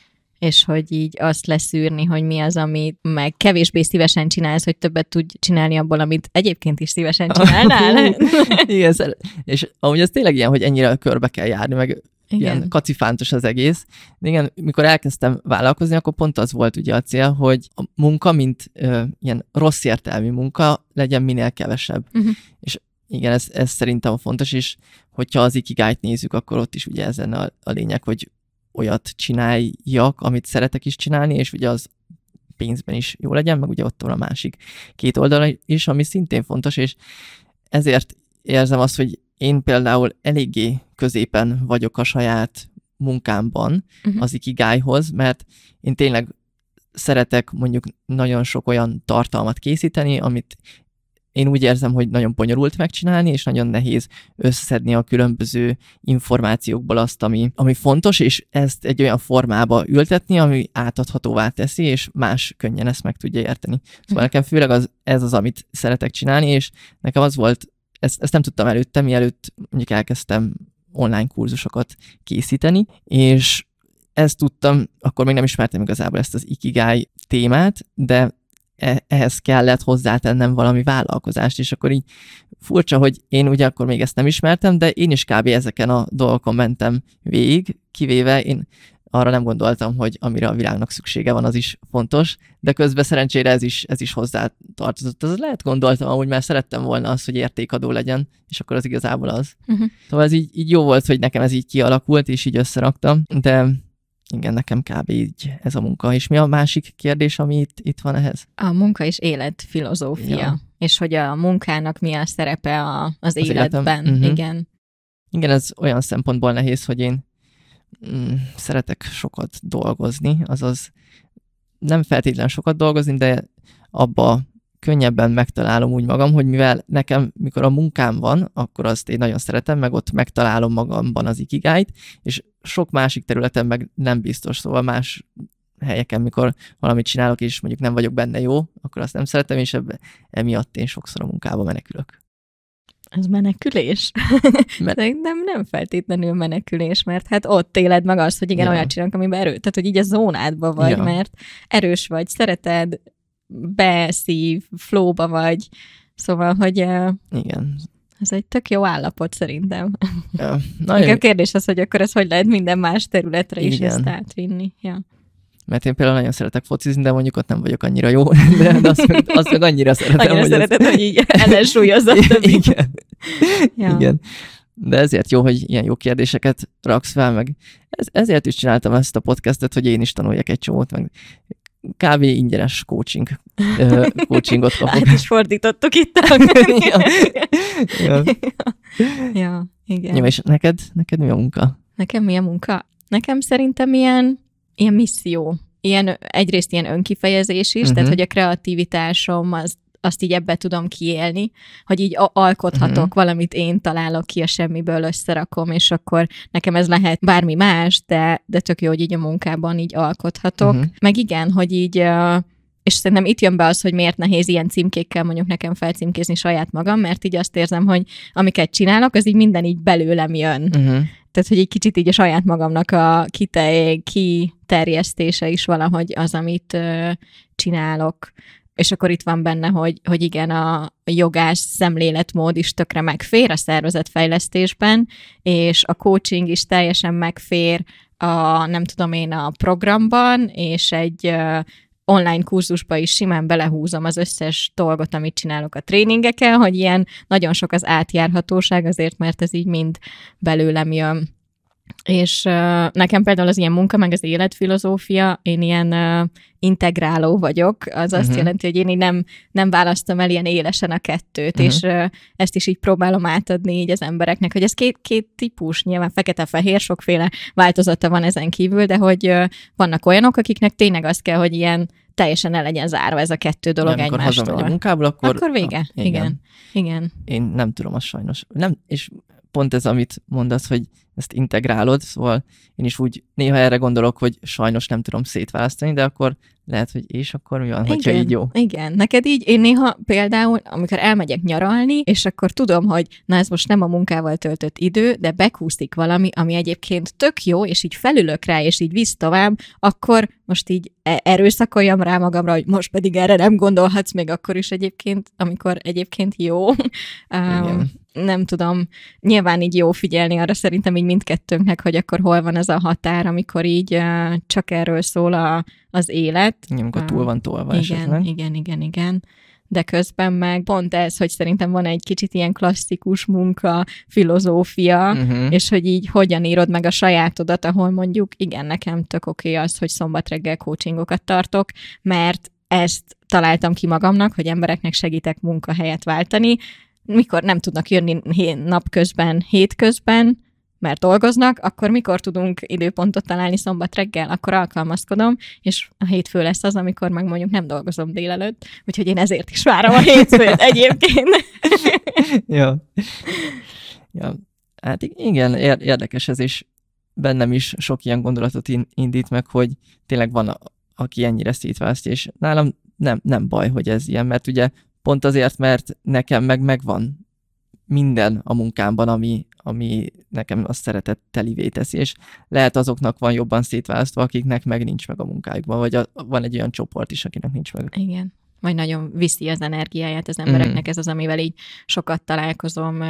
C: és hogy így azt leszűrni, hogy mi az, amit meg kevésbé szívesen csinálsz, hogy többet tudj csinálni abból, amit egyébként is szívesen csinálnál.
B: Igen, és amúgy ez tényleg ilyen, hogy ennyire körbe kell járni, meg ilyen kacifántos az egész. De igen, mikor elkezdtem vállalkozni, akkor pont az volt ugye a cél, hogy a munka, mint ilyen rossz értelmű munka legyen minél kevesebb. És igen, ez szerintem fontos, és hogyha az ikigájt nézzük, akkor ott is ugye ez lenne a lényeg, hogy olyat csináljak, amit szeretek is csinálni, és ugye az pénzben is jó legyen, meg ugye ott van a másik két oldala is, ami szintén fontos, és ezért érzem azt, hogy én például eléggé középen vagyok a saját munkámban az ikigájhoz, mert én tényleg szeretek mondjuk nagyon sok olyan tartalmat készíteni, amit én úgy érzem, hogy nagyon bonyolult megcsinálni, és nagyon nehéz összeszedni a különböző információkból azt, ami fontos, és ezt egy olyan formába ültetni, ami átadhatóvá teszi, és más könnyen ezt meg tudja érteni. Szóval nekem főleg ez az, amit szeretek csinálni, és nekem az volt, ezt nem tudtam előtte, mielőtt mondjuk elkezdtem online kurzusokat készíteni, és ezt tudtam, akkor még nem ismertem igazából ezt az ikigai témát, de ehhez kellett hozzátennem valami vállalkozást, és akkor így furcsa, hogy én ugye akkor még ezt nem ismertem, de én is kb. Ezeken a dolgokon mentem végig, kivéve én arra nem gondoltam, hogy amire a világnak szüksége van, az is fontos, de közben szerencsére ez is hozzá tartozott. Az lehet gondoltam, amúgy már szerettem volna azt, hogy értékadó legyen, és akkor az igazából az. Szóval ez így jó volt, hogy nekem ez így kialakult, és így összeraktam, de igen, nekem kb. Így ez a munka. És mi a másik kérdés, ami itt van ehhez?
C: A munka és életfilozófia. Ja. És hogy a munkának mi a szerepe az életben. Igen.
B: Igen, ez olyan szempontból nehéz, hogy én szeretek sokat dolgozni, azaz nem feltétlenül sokat dolgozni, de abba könnyebben megtalálom úgy magam, hogy mivel nekem, mikor a munkám van, akkor azt én nagyon szeretem, meg ott megtalálom magamban az ikigájt, és sok másik területen meg nem biztos, szóval más helyeken, mikor valamit csinálok, és mondjuk nem vagyok benne jó, akkor azt nem szeretem, és emiatt én sokszor a munkába menekülök.
C: Ez menekülés? Szerintem nem feltétlenül menekülés, mert hát ott éled meg azt, hogy igen, olyat csinálok, amiben tehát hogy így a zónádba vagy, mert erős vagy, szereted, beszív, flowba vagy, szóval, hogy
B: igen.
C: Ez egy tök jó állapot szerintem.
B: Ja,
C: a kérdés az, hogy akkor ez hogy lehet minden más területre is ezt átvinni. Ja.
B: Mert én például nagyon szeretek focizni, de mondjuk ott nem vagyok annyira jó, de azt meg annyira szeretem.
C: Annyira szereted, hogy így ellensúlyozza.
B: Igen. Ja. Igen. De ezért jó, hogy ilyen jó kérdéseket raksz fel, meg ezért is csináltam ezt a podcastet, hogy én is tanuljak egy csomót, meg kb. Ingyenes coachingot kapok.
C: Át is fordítottuk itt. Ja, igen.
B: Ja, és neked mi a munka?
C: Nekem mi a munka? Nekem szerintem ilyen misszió. Egyrészt ilyen önkifejezés is, tehát hogy a kreativitásom azt így ebbe tudom kiélni, hogy így alkothatok, valamit én találok ki a semmiből, összerakom, és akkor nekem ez lehet bármi más, de tök jó, hogy így a munkában így alkothatok. Meg igen, hogy így, és szerintem itt jön be az, hogy miért nehéz ilyen címkékkel mondjuk nekem felcímkézni saját magam, mert így azt érzem, hogy amiket csinálok, az így minden így belőlem jön. Tehát, hogy egy kicsit így a saját magamnak a kiterjesztése is valahogy az, amit csinálok. És akkor itt van benne, hogy igen, a jogás szemléletmód is tökre megfér a szervezetfejlesztésben, és a coaching is teljesen megfér a programban, és egy online kurzusba is simán belehúzom az összes dolgot, amit csinálok a tréningeken, hogy ilyen nagyon sok az átjárhatóság, azért, mert ez így mind belőlem jön. És nekem például az ilyen munka, meg az életfilozófia, én ilyen integráló vagyok, az azt jelenti, hogy én így nem választom el ilyen élesen a kettőt, és ezt is így próbálom átadni így az embereknek, hogy ez két típus, nyilván fekete-fehér, sokféle változata van ezen kívül, de hogy vannak olyanok, akiknek tényleg az kell, hogy ilyen teljesen el legyen zárva ez a kettő dolog egymástól.
B: Amikor hazamegy a munkából, akkor
C: vége. Igen.
B: Én nem tudom azt sajnos. Nem, és pont ez, amit mondasz, hogy ezt integrálod, szóval én is úgy néha erre gondolok, hogy sajnos nem tudom szétválasztani, de akkor lehet, hogy és akkor mi van, hogyha így jó.
C: Igen, neked így, én néha például, amikor elmegyek nyaralni, és akkor tudom, hogy na ez most nem a munkával töltött idő, de bekúszik valami, ami egyébként tök jó, és így felülök rá, és így visz tovább, akkor most így erőszakoljam rá magamra, hogy most pedig erre nem gondolhatsz még akkor is egyébként, amikor egyébként jó. Nem tudom, nyilván így jó figyelni arra szerintem így mindkettőnknek, hogy akkor hol van az a határ, amikor így csak erről szól az élet.
B: Amikor túl van tolva esetleg.
C: Igen. De közben meg pont ez, hogy szerintem van egy kicsit ilyen klasszikus munka, filozófia, és hogy így hogyan írod meg a sajátodat, ahol mondjuk igen, nekem tök oké az, hogy szombat reggel coachingokat tartok, mert ezt találtam ki magamnak, hogy embereknek segítek munkahelyet váltani, mikor nem tudnak jönni napközben, hétközben, mert dolgoznak, akkor mikor tudunk időpontot találni szombat reggel, akkor alkalmazkodom, és a hétfő lesz az, amikor meg mondjuk nem dolgozom délelőtt, úgyhogy én ezért is várom a hétfőt egyébként.
B: Ja. Hát igen, érdekes ez, és bennem is sok ilyen gondolatot indít meg, hogy tényleg van, aki ennyire szétválasztja, és nálam nem baj, hogy ez ilyen, mert ugye pont azért, mert nekem megvan minden a munkámban, ami nekem azt szeretettelivé teszi, és lehet azoknak van jobban szétválasztva, akiknek meg nincs meg a munkájukban, vagy van egy olyan csoport is, akinek nincs meg.
C: Igen. Vagy nagyon viszi az energiáját az embereknek, ez az, amivel így sokat találkozom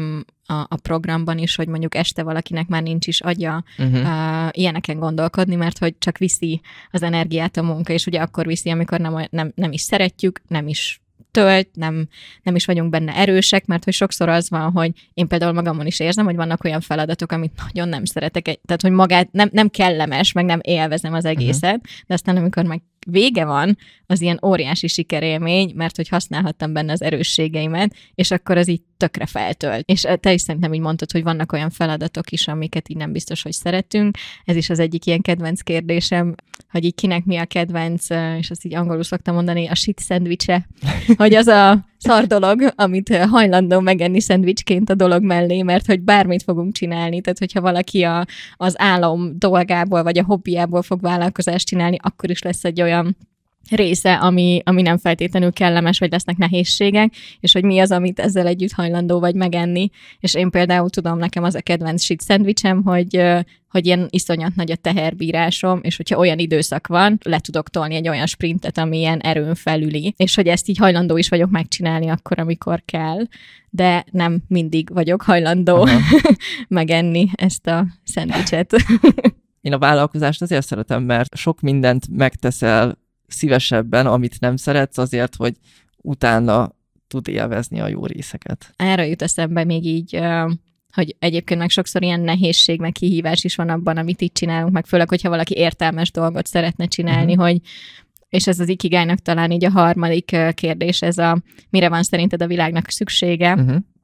C: a programban is, hogy mondjuk este valakinek már nincs is agya ilyeneken gondolkodni, mert hogy csak viszi az energiát a munka, és ugye akkor viszi, amikor nem is szeretjük, nem is tölt, nem is vagyunk benne erősek, mert hogy sokszor az van, hogy én például magamon is érzem, hogy vannak olyan feladatok, amit nagyon nem szeretek, tehát hogy magát nem kellemes, meg nem élvezem az egészet, de aztán amikor meg vége van, az ilyen óriási sikerélmény, mert hogy használhattam benne az erősségeimet, és akkor az így tökre feltölt. És te is szerintem így mondtad, hogy vannak olyan feladatok is, amiket így nem biztos, hogy szeretünk. Ez is az egyik ilyen kedvenc kérdésem, hogy így kinek mi a kedvenc, és azt így angolul szoktam mondani, a shit szendvicse, hogy az a szar dolog, amit hajlandó megenni szendvicsként a dolog mellé, mert hogy bármit fogunk csinálni, tehát hogyha valaki az álom dolgából, vagy a hobbiából fog vállalkozást csinálni, akkor is lesz egy olyan része, ami nem feltétlenül kellemes, vagy lesznek nehézségek, és hogy mi az, amit ezzel együtt hajlandó vagy megenni. És én például tudom, nekem az a kedvenc shit szendvicsem, hogy ilyen iszonyat nagy a teherbírásom, és hogyha olyan időszak van, le tudok tolni egy olyan sprintet, ami ilyen erőn felüli, és hogy ezt így hajlandó is vagyok megcsinálni akkor, amikor kell, de nem mindig vagyok hajlandó megenni ezt a szendvicset.
B: Én a vállalkozást azért szeretem, mert sok mindent megteszel szívesebben, amit nem szeretsz, azért, hogy utána tud élvezni a jó részeket.
C: Erre jut eszembe még így, hogy egyébként meg sokszor ilyen nehézség, meg kihívás is van abban, amit itt csinálunk, meg főleg, hogyha valaki értelmes dolgot szeretne csinálni, hogy és ez az ikigájnak talán így a harmadik kérdés, ez mire van szerinted a világnak szüksége,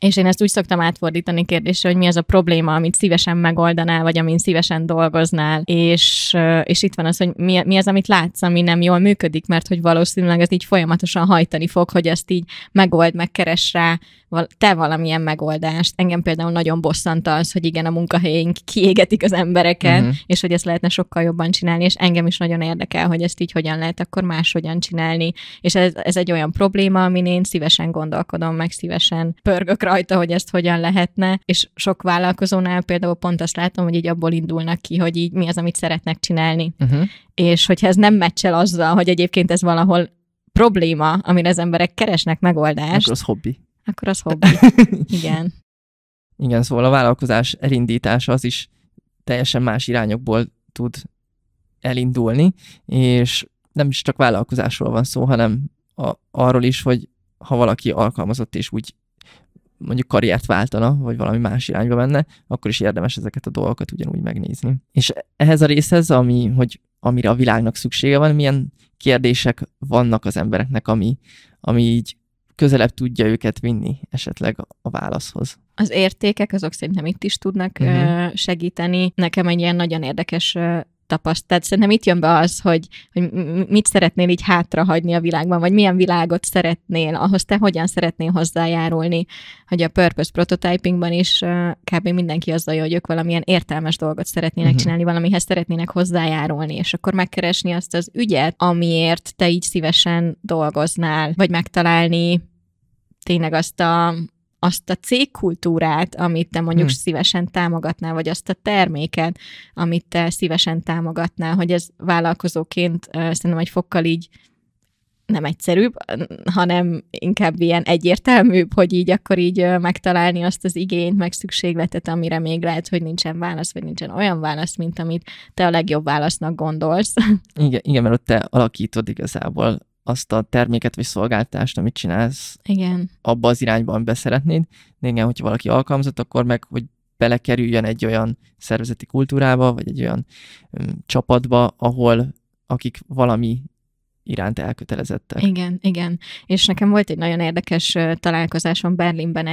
C: És én ezt úgy szoktam átfordítani kérdésre, hogy mi az a probléma, amit szívesen megoldanál, vagy amin szívesen dolgoznál, és itt van az, hogy mi az, amit látsz, ami nem jól működik, mert hogy valószínűleg ez így folyamatosan hajtani fog, hogy ezt így megold, megkeres rá te valamilyen megoldást. Engem például nagyon bosszant az, hogy igen, a munkahelyeink kiégetik az embereket, és hogy ezt lehetne sokkal jobban csinálni, és engem is nagyon érdekel, hogy ezt így hogyan lehet akkor máshogyan csinálni. És ez egy olyan probléma, amin én szívesen gondolkodom, meg szívesen pörgök rajta, hogy ezt hogyan lehetne, és sok vállalkozónál például pont azt látom, hogy így abból indulnak ki, hogy így mi az, amit szeretnek csinálni. És hogyha ez nem meccsel azzal, hogy egyébként ez valahol probléma, amire az emberek keresnek megoldást,
B: akkor az hobbi.
C: Akkor az hobbi. Igen.
B: Igen, szóval a vállalkozás elindítása az is teljesen más irányokból tud elindulni, és nem is csak vállalkozásról van szó, hanem arról is, hogy ha valaki alkalmazott és úgy mondjuk karriert váltana, vagy valami más irányba menne, akkor is érdemes ezeket a dolgokat ugyanúgy megnézni. És ehhez a részhez, amire a világnak szüksége van, milyen kérdések vannak az embereknek, ami így közelebb tudja őket vinni esetleg a válaszhoz.
C: Az értékek, azok szerintem itt is tudnak segíteni. Nekem egy ilyen nagyon érdekes tapasztalat. Szerintem itt jön be az, hogy mit szeretnél így hátrahagyni a világban, vagy milyen világot szeretnél, ahhoz te hogyan szeretnél hozzájárulni, hogy a purpose prototypingban is kb. Mindenki azzal, hogy ők valamilyen értelmes dolgot szeretnének csinálni, valamihez szeretnének hozzájárulni, és akkor megkeresni azt az ügyet, amiért te így szívesen dolgoznál, vagy megtalálni tényleg azt a cégkultúrát, amit te mondjuk szívesen támogatnál, vagy azt a terméket, amit te szívesen támogatnál, hogy ez vállalkozóként szerintem egy fokkal így nem egyszerűbb, hanem inkább ilyen egyértelműbb, hogy így akkor így megtalálni azt az igényt, meg szükségletet, amire még lehet, hogy nincsen válasz, vagy nincsen olyan válasz, mint amit te a legjobb válasznak gondolsz.
B: Igen, mert ott te alakítod igazából azt a terméket vagy szolgáltást, amit csinálsz,
C: igen, abba
B: az irányba, amiben szeretnéd. De igen, hogyha valaki alkalmazott, akkor meg, hogy belekerüljön egy olyan szervezeti kultúrába, vagy egy olyan csapatba, akik valami iránt elkötelezettek.
C: Igen. És nekem volt egy nagyon érdekes találkozásom Berlinben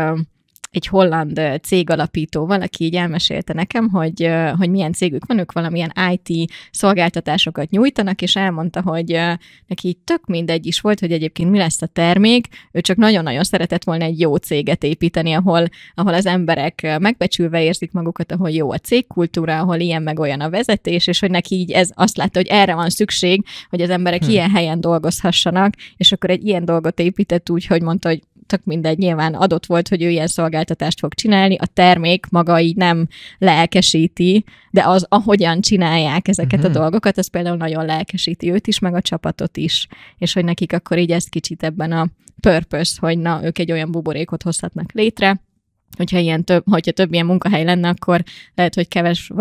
C: egy holland cégalapítóval, aki így elmesélte nekem, hogy milyen cégük van, ők valamilyen IT szolgáltatásokat nyújtanak, és elmondta, hogy neki tök mindegy is volt, hogy egyébként mi lesz a termék, ő csak nagyon-nagyon szeretett volna egy jó céget építeni, ahol az emberek megbecsülve érzik magukat, ahol jó a cégkultúra, ahol ilyen meg olyan a vezetés, és hogy neki így ez azt látta, hogy erre van szükség, hogy az emberek ilyen helyen dolgozhassanak, és akkor egy ilyen dolgot épített úgy, hogy mondta, hogy tök mindegy, nyilván adott volt, hogy ő ilyen szolgáltatást fog csinálni, a termék maga így nem lelkesíti, de az, ahogyan csinálják ezeket a dolgokat, az például nagyon lelkesíti őt is, meg a csapatot is, és hogy nekik akkor így ez kicsit ebben a purpose, hogy na, ők egy olyan buborékot hozhatnak létre, hogyha több ilyen munkahely lenne, akkor lehet, hogy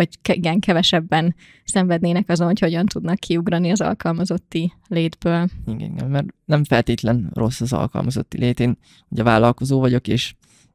C: kevesebben szenvednének azon, hogy hogyan tudnak kiugrani az alkalmazotti létből.
B: Igen, mert nem feltétlen rossz az alkalmazotti lét. Én ugye vállalkozó vagyok, és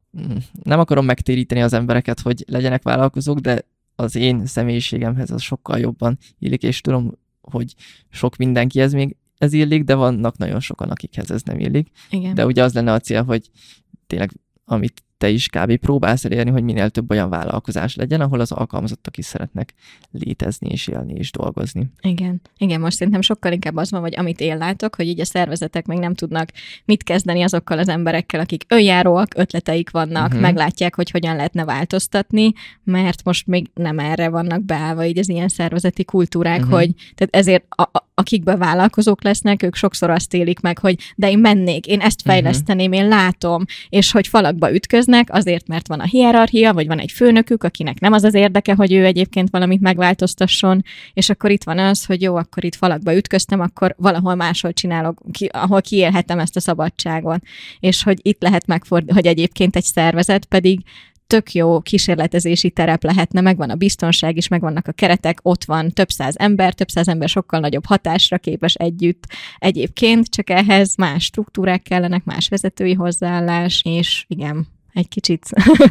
B: nem akarom megtéríteni az embereket, hogy legyenek vállalkozók, de az én személyiségemhez az sokkal jobban illik, és tudom, hogy sok mindenkihez még ez illik, de vannak nagyon sokan, akikhez ez nem illik.
C: Igen.
B: De ugye az lenne a cél, hogy tényleg, amit te is kb. Próbálsz elérni, hogy minél több olyan vállalkozás legyen, ahol az alkalmazottak is szeretnek létezni, és élni, és dolgozni.
C: Igen, most szerintem sokkal inkább az van, vagy amit én látok, hogy így a szervezetek meg nem tudnak mit kezdeni azokkal az emberekkel, akik önjáróak, ötleteik vannak, meglátják, hogy hogyan lehetne változtatni, mert most még nem erre vannak beállva így az ilyen szervezeti kultúrák, hogy tehát ezért akikben vállalkozók lesznek, ők sokszor azt élik meg, hogy de én mennék, én ezt fejleszteném, én látom, és hogy falakba ütköznek, azért, mert van a hierarchia, vagy van egy főnökük, akinek nem az érdeke, hogy ő egyébként valamit megváltoztasson, és akkor itt van az, hogy jó, akkor itt falakba ütköztem, akkor valahol máshol csinálok, ahol kiélhetem ezt a szabadságot. És hogy itt lehet megfordulni, hogy egyébként egy szervezet pedig tök jó kísérletezési terep lehetne, megvan a biztonság is, megvannak a keretek, ott van több száz ember sokkal nagyobb hatásra képes együtt. Egyébként csak ehhez más struktúrák kellenek, más vezetői hozzáállás, és igen, egy kicsit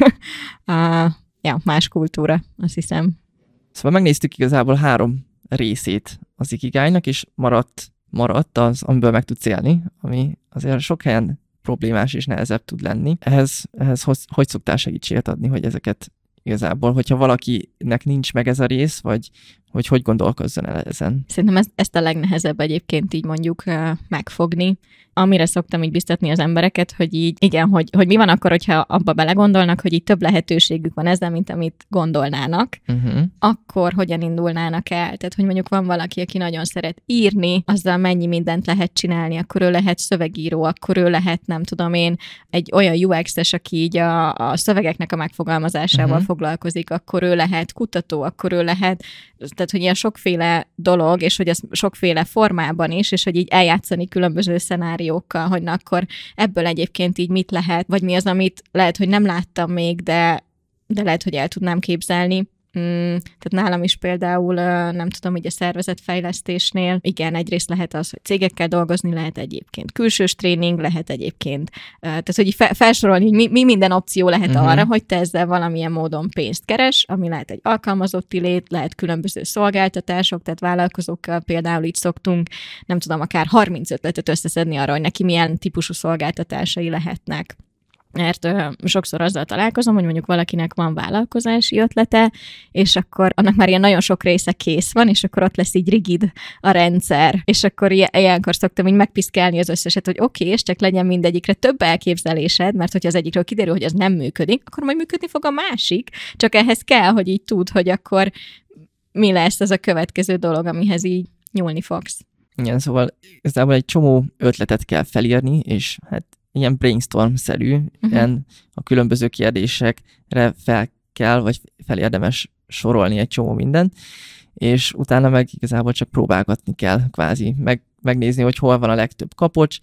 C: más kultúra, azt hiszem.
B: Szóval megnéztük igazából 3 részét az ikigainak, és maradt az, amiből meg tudsz élni, ami azért sok helyen problémás és nehezebb tud lenni. Ehhez hogy szoktál segítséget adni, hogy ezeket igazából, hogyha valakinek nincs meg ez a rész, vagy hogy gondolkozzon el ezen?
C: Szerintem ezt a legnehezebb egyébként így mondjuk megfogni. Amire szoktam így biztatni az embereket, hogy így igen, hogy mi van akkor, hogyha abba belegondolnak, hogy így több lehetőségük van ezzel, mint amit gondolnának, akkor hogyan indulnának el? Tehát, hogy mondjuk van valaki, aki nagyon szeret írni, azzal mennyi mindent lehet csinálni, akkor ő lehet szövegíró, akkor ő lehet, nem tudom én, egy olyan UX-es, aki így a szövegeknek a megfogalmazásával foglalkozik, akkor ő lehet kutató, akkor ő lehet, tehát, hogy ilyen sokféle dolog, és hogy ez sokféle formában is, és hogy így eljátszani különböző szenáriókkal, hogy na akkor ebből egyébként így mit lehet, vagy mi az, amit lehet, hogy nem láttam még, de lehet, hogy el tudnám képzelni. Tehát nálam is például, nem tudom, hogy a szervezetfejlesztésnél, igen, egyrészt lehet az, hogy cégekkel dolgozni, lehet egyébként külsős tréning, lehet egyébként, tehát hogy felsorolni, mi minden opció lehet arra, hogy te ezzel valamilyen módon pénzt keres, ami lehet egy alkalmazotti lét, lehet különböző szolgáltatások, tehát vállalkozókkal például így szoktunk, nem tudom, akár 30 ötletet összeszedni arra, hogy neki milyen típusú szolgáltatásai lehetnek. Mert sokszor azzal találkozom, hogy mondjuk valakinek van vállalkozási ötlete, és akkor annak már ilyen nagyon sok része kész van, és akkor ott lesz így rigid a rendszer, és akkor ilyenkor szoktam így megpiszkálni az összeset, hogy oké, és csak legyen mindegyikre több elképzelésed, mert hogyha az egyikről kiderül, hogy az nem működik, akkor majd működni fog a másik, csak ehhez kell, hogy így tudd, hogy akkor mi lesz az a következő dolog, amihez így nyúlni fogsz.
B: Igen, szóval igazából egy csomó ötletet kell felírni, és hát ilyen brainstorm-szerű, ilyen a különböző kérdésekre felérdemes sorolni egy csomó mindent, és utána meg igazából csak próbálgatni kell kvázi, megnézni, hogy hol van a legtöbb kapocs,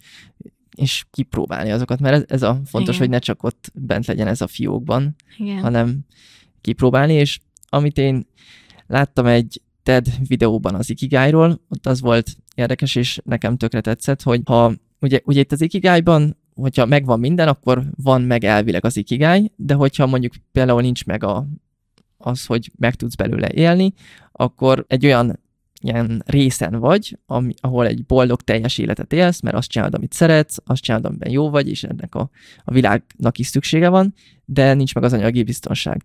B: és kipróbálni azokat, mert ez a fontos, hogy ne csak ott bent legyen ez a fiókban, hanem kipróbálni, és amit én láttam egy TED videóban az Ikigájról, ott az volt érdekes, és nekem tökre tetszett, hogy ha ugye itt az Ikigájban, hogyha megvan minden, akkor van meg elvileg az Ikigáj, de hogyha mondjuk például nincs meg az, hogy meg tudsz belőle élni, akkor egy olyan ilyen részen vagy, ahol egy boldog, teljes életet élsz, mert azt csinálod, amit szeretsz, azt csinálod, amiben jó vagy, és ennek a világnak is szüksége van, de nincs meg az anyagi biztonság.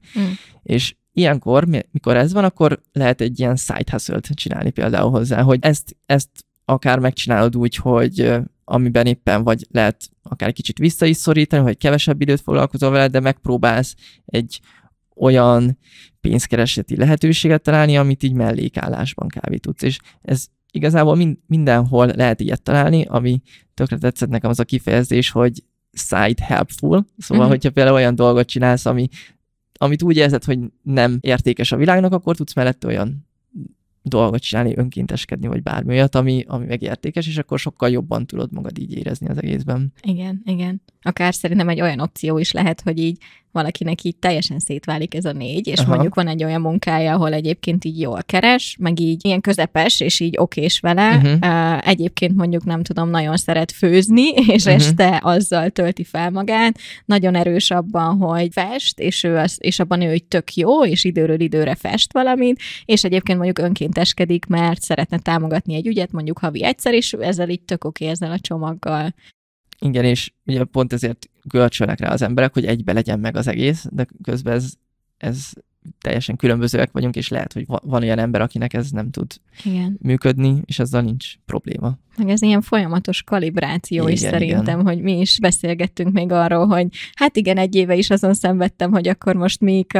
B: És ilyenkor, mikor ez van, akkor lehet egy ilyen side hustle-t csinálni például hozzá, hogy ezt akár megcsinálod úgy, hogy amiben éppen vagy lehet akár kicsit vissza is szorítani, hogy kevesebb időt foglalkozol vele, de megpróbálsz egy olyan pénzkereseti lehetőséget találni, amit így mellékállásban kb. Tudsz. És ez igazából mindenhol lehet ilyet találni, ami tökre tetszett nekem az a kifejezés, hogy side helpful. Szóval, hogyha például olyan dolgot csinálsz, amit úgy érzed, hogy nem értékes a világnak, akkor tudsz mellette olyan dolgot csinálni, önkénteskedni, vagy bármi olyat, ami meg értékes, és akkor sokkal jobban tudod magad így érezni az egészben.
C: Igen. Akár szerintem egy olyan opció is lehet, hogy így valakinek így teljesen szétválik ez a 4, és mondjuk van egy olyan munkája, ahol egyébként így jól keres, meg így ilyen közepes, és így okés vele. Egyébként mondjuk nem tudom, nagyon szeret főzni, és este azzal tölti fel magát. Nagyon erős abban, hogy fest, és abban ő így tök jó, és időről időre fest valamit, és egyébként mondjuk önkénteskedik, mert szeretne támogatni egy ügyet, mondjuk havi egyszer, és ezzel így tök oké ezzel a csomaggal.
B: Igen, és ugye pont ezért görcsölnek rá az emberek, hogy egybe legyen meg az egész, de közben ez teljesen különbözőek vagyunk, és lehet, hogy van olyan ember, akinek ez nem tud működni, és azzal nincs probléma.
C: Meg ez ilyen folyamatos kalibráció is szerintem, hogy mi is beszélgettünk még arról, hogy hát igen, 1 éve is azon szenvedtem, hogy akkor most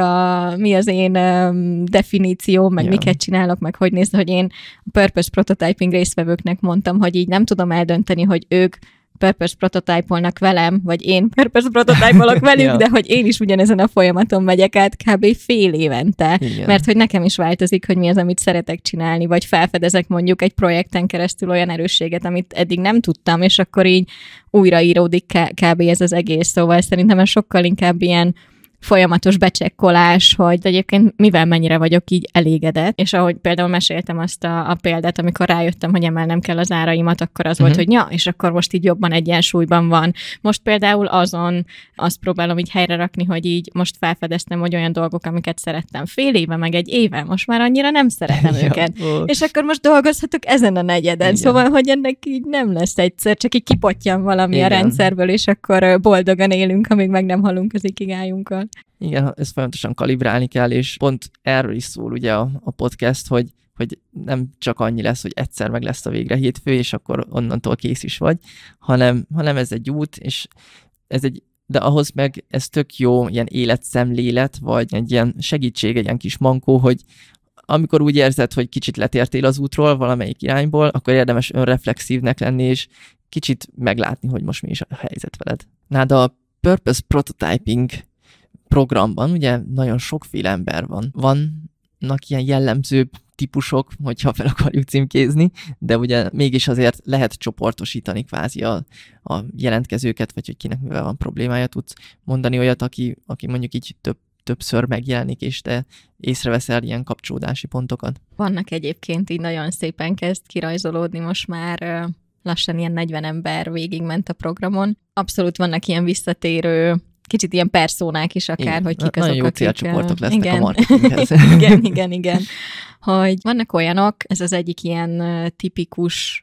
C: mi az én definíció, meg miket csinálok, meg hogy nézd, hogy én a Purpose Prototyping résztvevőknek mondtam, hogy így nem tudom eldönteni, hogy ők Purpose prototype-olnak velem, vagy én Purpose prototype-olok velük, de hogy én is ugyanezen a folyamaton megyek át kb. Fél évente. Igen. Mert hogy nekem is változik, hogy mi az, amit szeretek csinálni, vagy felfedezek mondjuk egy projekten keresztül olyan erősséget, amit eddig nem tudtam, és akkor így újraíródik kb. Ez az egész. Szóval szerintem ez sokkal inkább ilyen folyamatos becsekkolás, hogy egyébként mivel mennyire vagyok így elégedett, és ahogy például meséltem azt a példát, amikor rájöttem, hogy emelnem kell az áraimat, akkor az volt, hogy ja, és akkor most így jobban egyensúlyban van. Most például azt próbálom így helyre rakni, hogy így most felfedeztem, hogy olyan dolgok, amiket szerettem fél éve, meg egy éve, most már annyira nem szeretem őket. És akkor most dolgozhatok ezen a negyeden. Igen. Szóval, hogy ennek így nem lesz egyszer, csak így kipottyan valami a rendszerből, és akkor boldogan élünk, amíg meg nem halunk az ikigájunkkal.
B: Igen, ezt folyamatosan kalibrálni kell, és pont erről is szól ugye a podcast, hogy nem csak annyi lesz, hogy egyszer meg lesz a végre hétfő, és akkor onnantól kész is vagy, hanem ez egy út, és de ahhoz meg ez tök jó ilyen életszemlélet, vagy egy ilyen segítség, egy ilyen kis mankó, hogy amikor úgy érzed, hogy kicsit letértél az útról valamelyik irányból, akkor érdemes önreflexívnek lenni, és kicsit meglátni, hogy most mi is a helyzet veled. De a Purpose Prototyping programban ugye nagyon sokféle ember van. Vannak ilyen jellemzőbb típusok, hogyha fel akarjuk címkézni, de ugye mégis azért lehet csoportosítani kvázi a jelentkezőket, vagy hogy kinek mivel van problémája. Tudsz mondani olyat, aki mondjuk így többször megjelenik, és te észreveszel ilyen kapcsolódási pontokat?
C: Vannak egyébként, így nagyon szépen kezd kirajzolódni most már lassan ilyen 40 ember végigment a programon. Abszolút vannak ilyen visszatérő, kicsit ilyen perszónák is akár, igen, hogy kik azok,
B: nagyon jó célcsoportok lesznek
C: igen,
B: a marketinghez.
C: igen. Hogy vannak olyanok, ez az egyik ilyen tipikus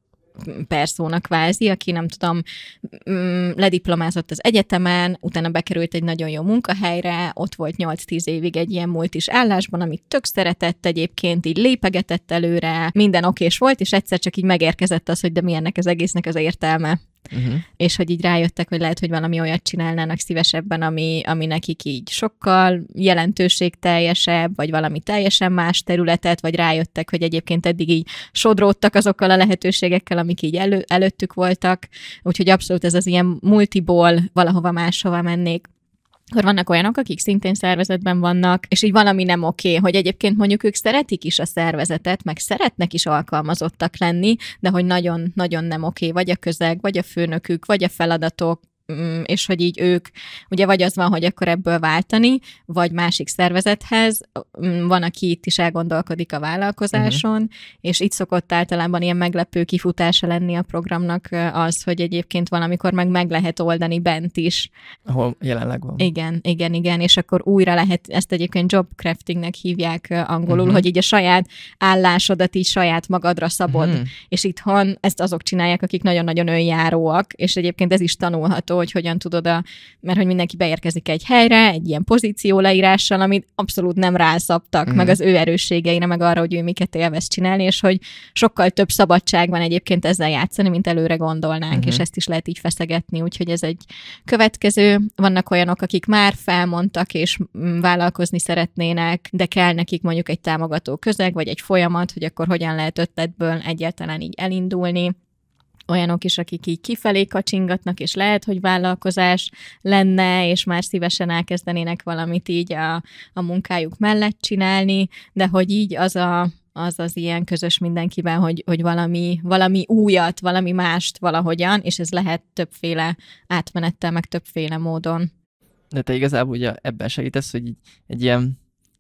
C: perszóna kvázi, aki nem tudom, lediplomázott az egyetemen, utána bekerült egy nagyon jó munkahelyre, ott volt 8-10 évig egy ilyen multis állásban, amit tök szeretett egyébként, így lépegetett előre, minden okés volt, és egyszer csak így megérkezett az, hogy de mi ennek az egésznek az értelme. Uh-huh. És hogy így rájöttek, hogy lehet, hogy valami olyat csinálnának szívesebben, ami nekik így sokkal jelentőségteljesebb, vagy valami teljesen más területet, vagy rájöttek, hogy egyébként eddig így sodródtak azokkal a lehetőségekkel, amik így előttük voltak. Úgyhogy abszolút ez az ilyen multiból valahova máshova mennék. Akkor vannak olyanok, akik szintén szervezetben vannak, és így valami nem oké, hogy egyébként mondjuk ők szeretik is a szervezetet, meg szeretnek is alkalmazottak lenni, de hogy nagyon-nagyon nem oké, vagy a közeg, vagy a főnökük, vagy a feladatok, és hogy így ők, ugye vagy az van, hogy akkor ebből váltani, vagy másik szervezethez, van, aki itt is elgondolkodik a vállalkozáson, és itt szokott általában ilyen meglepő kifutása lenni a programnak az, hogy egyébként valamikor meg lehet oldani bent is.
B: Ahol jelenleg van.
C: Igen, és akkor újra lehet, ezt egyébként job craftingnek hívják angolul, hogy így a saját állásodat így saját magadra szabod, és itthon ezt azok csinálják, akik nagyon-nagyon önjáróak, és egyébként ez is tanulható, hogy hogyan tudod, mert hogy mindenki beérkezik egy helyre, egy ilyen pozíció leírással, amit abszolút nem rászabtak, meg az ő erősségeire, meg arra, hogy ő miket élvez csinálni, és hogy sokkal több szabadság van egyébként ezzel játszani, mint előre gondolnánk, és ezt is lehet így feszegetni, úgyhogy ez egy következő. Vannak olyanok, akik már felmondtak, és vállalkozni szeretnének, de kell nekik mondjuk egy támogató közeg, vagy egy folyamat, hogy akkor hogyan lehet ötletből egyáltalán így elindulni. Olyanok is, akik így kifelé kacsingatnak, és lehet, hogy vállalkozás lenne, és már szívesen elkezdenének valamit így a munkájuk mellett csinálni, de hogy így az ilyen közös mindenkiben, hogy valami újat, valami mást valahogyan, és ez lehet többféle átmenettel, meg többféle módon.
B: De te igazából ugye ebben segítesz, hogy egy ilyen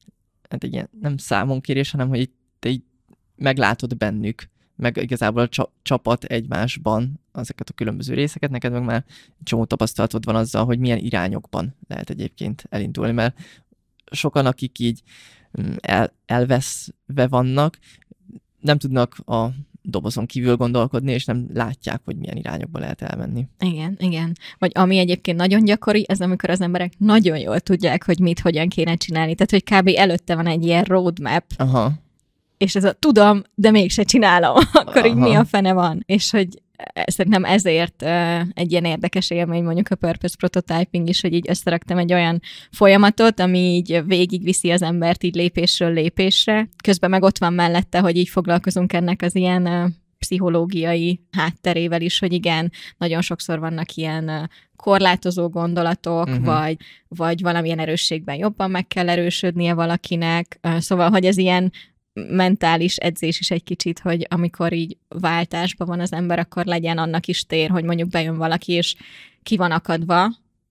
B: nem számonkérés, hanem hogy te így meglátod bennük, meg igazából a csapat egymásban ezeket a különböző részeket, neked meg már csomó tapasztalatod van azzal, hogy milyen irányokban lehet egyébként elindulni, mert sokan, akik így elveszve vannak, nem tudnak a dobozon kívül gondolkodni, és nem látják, hogy milyen irányokba lehet elmenni.
C: Igen. Vagy ami egyébként nagyon gyakori, ez amikor az emberek nagyon jól tudják, hogy mit, hogyan kéne csinálni. Tehát, hogy kb. Előtte van egy ilyen roadmap, és ez a tudom, de mégse csinálom, akkor így mi a fene van. És hogy szerintem ezért egy ilyen érdekes élmény mondjuk a Purpose Prototyping is, hogy így összeraktam egy olyan folyamatot, ami így végigviszi az embert így lépésről lépésre. Közben meg ott van mellette, hogy így foglalkozunk ennek az ilyen pszichológiai hátterével is, hogy igen, nagyon sokszor vannak ilyen korlátozó gondolatok, vagy valamilyen erősségben jobban meg kell erősödnie valakinek. Szóval, hogy ez ilyen mentális edzés is egy kicsit, hogy amikor így váltásban van az ember, akkor legyen annak is tér, hogy mondjuk bejön valaki, és ki van akadva,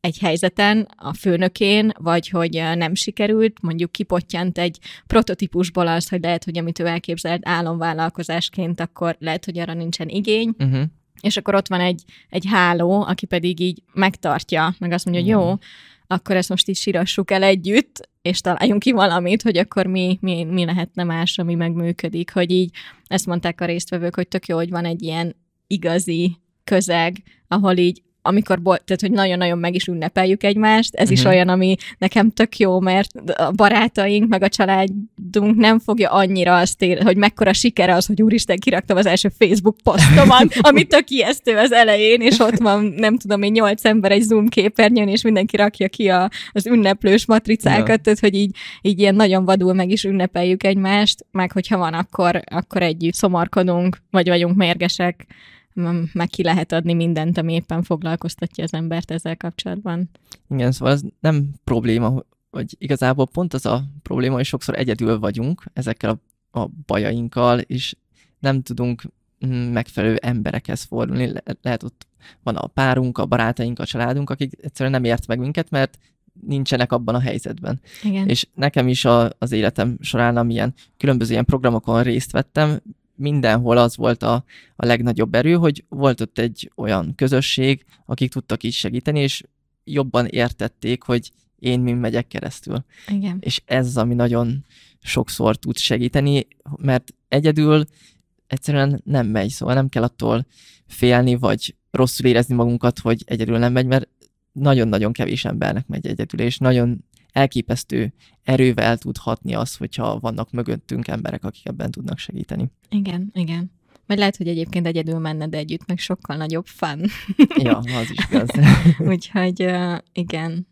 C: egy helyzeten, a főnökén, vagy hogy nem sikerült, mondjuk kipottyant egy prototípusból az, hogy lehet, hogy amit ő elképzelt álomvállalkozásként, akkor lehet, hogy arra nincsen igény, és akkor ott van egy háló, aki pedig így megtartja, meg azt mondja, hogy jó, akkor ezt most így sírassuk el együtt, és találjunk ki valamit, hogy akkor mi lehetne más, ami megműködik, hogy így ezt mondták a résztvevők, hogy tök jó, hogy van egy ilyen igazi közeg, ahol így tehát, hogy nagyon-nagyon meg is ünnepeljük egymást, ez is olyan, ami nekem tök jó, mert a barátaink, meg a családunk nem fogja annyira azt hogy mekkora sikere az, hogy úristen, kiraktam az első Facebook posztomat, ami tök ijesztő az elején, és ott van, nem tudom én, 8 ember egy Zoom képernyőn, és mindenki rakja ki az ünneplős matricákat, tehát, hogy így ilyen nagyon vadul meg is ünnepeljük egymást, meg hogyha van, akkor együtt szomorkodunk, vagy vagyunk mérgesek, meg ki lehet adni mindent, ami éppen foglalkoztatja az embert ezzel kapcsolatban.
B: Igen, szóval ez nem probléma, vagy igazából pont az a probléma, hogy sokszor egyedül vagyunk ezekkel a bajainkkal, és nem tudunk megfelelő emberekhez fordulni. Lehet ott van a párunk, a barátaink, a családunk, akik egyszerűen nem ért meg minket, mert nincsenek abban a helyzetben.
C: Igen.
B: És nekem is az életem során, amilyen különböző ilyen programokon részt vettem, mindenhol az volt a legnagyobb erő, hogy volt ott egy olyan közösség, akik tudtak így segíteni, és jobban értették, hogy én mind megyek keresztül.
C: Igen.
B: És ez az, ami nagyon sokszor tud segíteni, mert egyedül egyszerűen nem megy, szóval nem kell attól félni, vagy rosszul érezni magunkat, hogy egyedül nem megy, mert nagyon-nagyon kevés embernek megy egyedül, és nagyon elképesztő erővel tud hatni az, hogyha vannak mögöttünk emberek, akik ebben tudnak segíteni.
C: Igen, igen. Vagy lehet, hogy egyébként egyedül menne, de együtt meg sokkal nagyobb fun.
B: Ja, az is igaz.
C: Úgyhogy igen.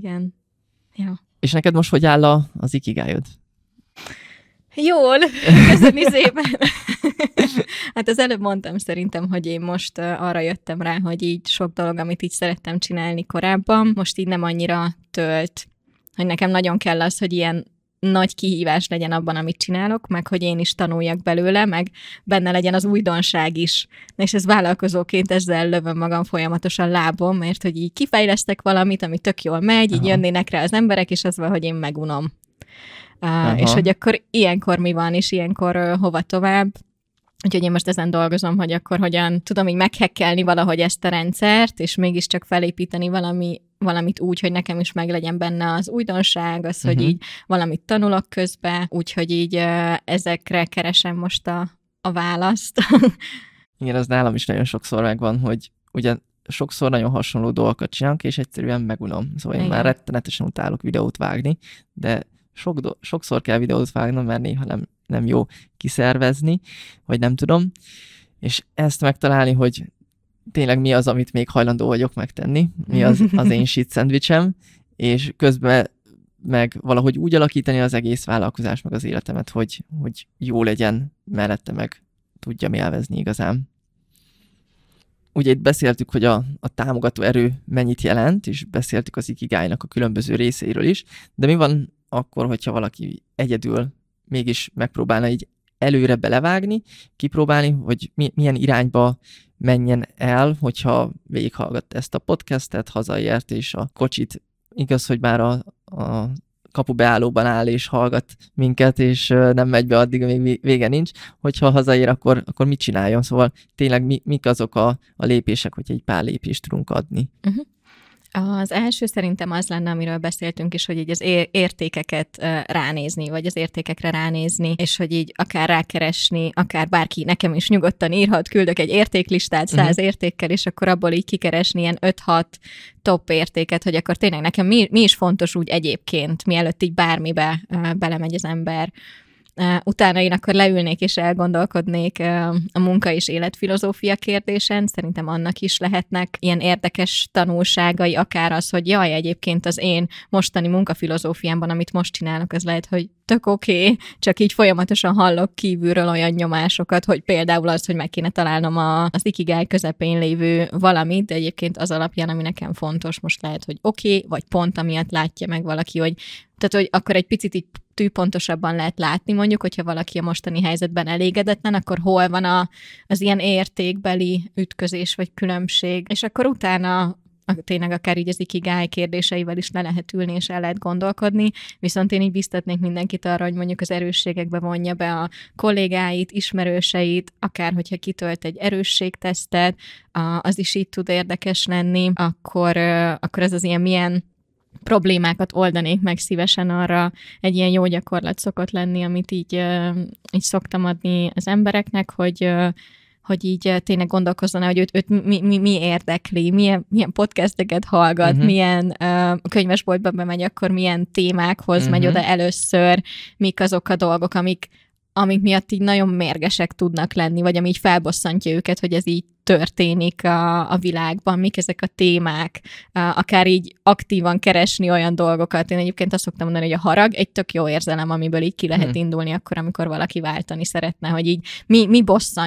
C: Ja.
B: És neked most hogy áll az ikigájod?
C: Jól, köszönöm szépen. Hát az előbb mondtam szerintem, hogy én most arra jöttem rá, hogy így sok dolog, amit így szerettem csinálni korábban, most így nem annyira tölt, hogy nekem nagyon kell az, hogy ilyen nagy kihívás legyen abban, amit csinálok, meg hogy én is tanuljak belőle, meg benne legyen az újdonság is. És ez vállalkozóként ezzel lövöm magam folyamatosan lábom, mert hogy így kifejlesztek valamit, ami tök jól megy, így jönnének rá az emberek, és az van, hogy én megunom. És hogy akkor ilyenkor mi van, és ilyenkor hova tovább. Úgyhogy én most ezen dolgozom, hogy akkor hogyan tudom így meghekkelni valahogy ezt a rendszert, és mégiscsak felépíteni valamit úgy, hogy nekem is meglegyen benne az újdonság, az, hogy így valamit tanulok közben, úgyhogy így ezekre keresem most a választ.
B: Igen, az nálam is nagyon sokszor megvan, hogy ugye sokszor nagyon hasonló dolgokat csinálok, és egyszerűen megunom. Szóval én már rettenetesen utálok videót vágni, de sokszor kell videót vágnom, mert néha nem jó kiszervezni, vagy nem tudom. És ezt megtalálni, hogy tényleg mi az, amit még hajlandó vagyok megtenni, mi az én shit szendvicsem, és közben meg valahogy úgy alakítani az egész vállalkozást, meg az életemet, hogy jó legyen mellette, meg tudjam élvezni igazán. Ugye itt beszéltük, hogy a támogató erő mennyit jelent, és beszéltük az ikigájnak a különböző részeiről is, de mi van akkor, hogyha valaki egyedül mégis megpróbálna így előre belevágni, kipróbálni, hogy milyen irányba menjen el, hogyha végighallgatta ezt a podcastet, hazaért, és a kocsit igaz, hogy már a kapubeállóban áll és hallgat minket, és nem megy be addig, amíg vége nincs, hogyha hazaér, akkor mit csináljon? Szóval tényleg mik azok a lépések, hogy egy pár lépést tudunk adni?
C: Az első szerintem az lenne, amiről beszéltünk is, hogy így az értékeket ránézni, vagy az értékekre ránézni, és hogy így akár rákeresni, akár bárki nekem is nyugodtan írhat, küldök egy értéklistát 100 értékkel, és akkor abból így kikeresni ilyen 5-6 top értéket, hogy akkor tényleg nekem mi is fontos úgy egyébként, mielőtt így bármibe belemegy az ember. Utána én akkor leülnék és elgondolkodnék a munka és életfilozófia kérdésen. Szerintem annak is lehetnek ilyen érdekes tanulságai, akár az, hogy jaj, egyébként az én mostani munkafilozófiámban, amit most csinálok, az lehet, hogy tök oké, csak így folyamatosan hallok kívülről olyan nyomásokat, hogy például az, hogy meg kéne találnom az ikigai közepén lévő valamit, de egyébként az alapján, ami nekem fontos, most lehet, hogy oké, vagy pont amiatt látja meg valaki, tehát, hogy akkor egy picit így tűpontosabban lehet látni, mondjuk, hogyha valaki a mostani helyzetben elégedetlen, akkor hol van az ilyen értékbeli ütközés vagy különbség, és akkor utána tényleg akár így az ikigai kérdéseivel is le lehet ülni, és el lehet gondolkodni, viszont én így biztatnék mindenkit arra, hogy mondjuk az erősségekbe vonja be a kollégáit, ismerőseit, akár hogyha kitölt egy erősségtesztet, az is így tud érdekes lenni, akkor ez az ilyen milyen problémákat oldanék meg szívesen, arra egy ilyen jó gyakorlat szokott lenni, amit így szoktam adni az embereknek, hogy így tényleg gondolkozzon, hogy őt mi érdekli, milyen podcasteket hallgat, milyen könyvesboltba bemegy, akkor milyen témákhoz megy oda először, mik azok a dolgok, amik miatt így nagyon mérgesek tudnak lenni, vagy ami így felbosszantja őket, hogy ez így történik a világban, mik ezek a témák, akár így aktívan keresni olyan dolgokat. Én egyébként azt szoktam mondani, hogy a harag egy tök jó érzelem, amiből így ki lehet indulni akkor, amikor valaki váltani szeretne, hogy így mi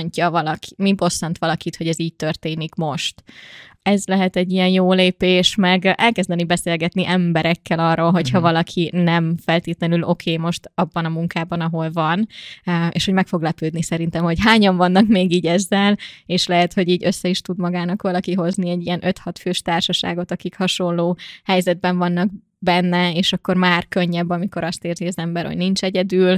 C: bosszant valakit, hogy ez így történik most. Ez lehet egy ilyen jó lépés, meg elkezdeni beszélgetni emberekkel arról, hogyha valaki nem feltétlenül oké most abban a munkában, ahol van, és hogy meg fog lepődni szerintem, hogy hányan vannak még így ezzel, és lehet, hogy így össze is tud magának valaki hozni egy ilyen 5-6 fős társaságot, akik hasonló helyzetben vannak benne, és akkor már könnyebb, amikor azt érzi az ember, hogy nincs egyedül.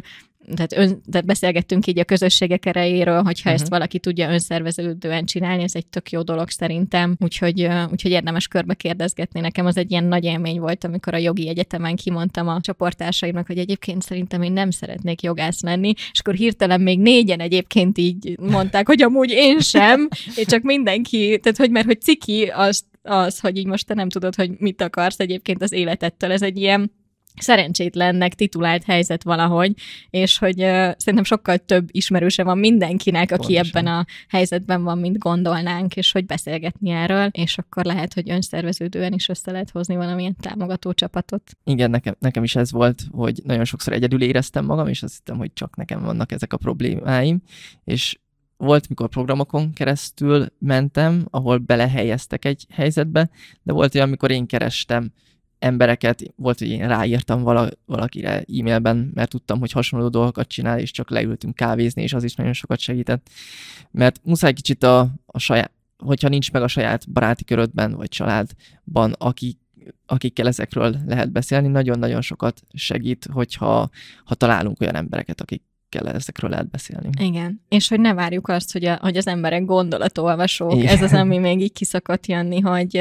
C: Tehát beszélgettünk így a közösségek erejéről, hogyha ezt valaki tudja önszerveződően csinálni, ez egy tök jó dolog szerintem, úgyhogy érdemes körbe kérdezgetni. Nekem az egy ilyen nagy élmény volt, amikor a jogi egyetemen kimondtam a csoporttársaimnak, hogy egyébként szerintem én nem szeretnék jogász lenni, és akkor hirtelen még 4-en egyébként így mondták, hogy amúgy én sem, és csak mindenki, tehát hogy ciki az, hogy így most te nem tudod, hogy mit akarsz egyébként az életettől. Ez egy ilyen szerencsétlennek titulált helyzet valahogy, és hogy szerintem sokkal több ismerőse van mindenkinek, aki ebben a helyzetben van, mint gondolnánk, és hogy beszélgetni erről, és akkor lehet, hogy önszerveződően is össze lehet hozni valamilyen támogató csapatot.
B: Igen, nekem is ez volt, hogy nagyon sokszor egyedül éreztem magam, és azt hittem, hogy csak nekem vannak ezek a problémáim, és volt, mikor programokon keresztül mentem, ahol belehelyeztek egy helyzetbe, de volt olyan, amikor én kerestem embereket, volt, hogy én ráírtam valakire e-mailben, mert tudtam, hogy hasonló dolgokat csinál, és csak leültünk kávézni, és az is nagyon sokat segített. Mert muszáj kicsit a saját, hogyha nincs meg a saját baráti körödben, vagy családban, akikkel ezekről lehet beszélni, nagyon-nagyon sokat segít, hogyha találunk olyan embereket, akikkel ezekről lehet beszélni.
C: Igen, és hogy ne várjuk azt, hogy az emberek gondolatolvasók. Igen. Ez az, ami még így ki szokott jönni,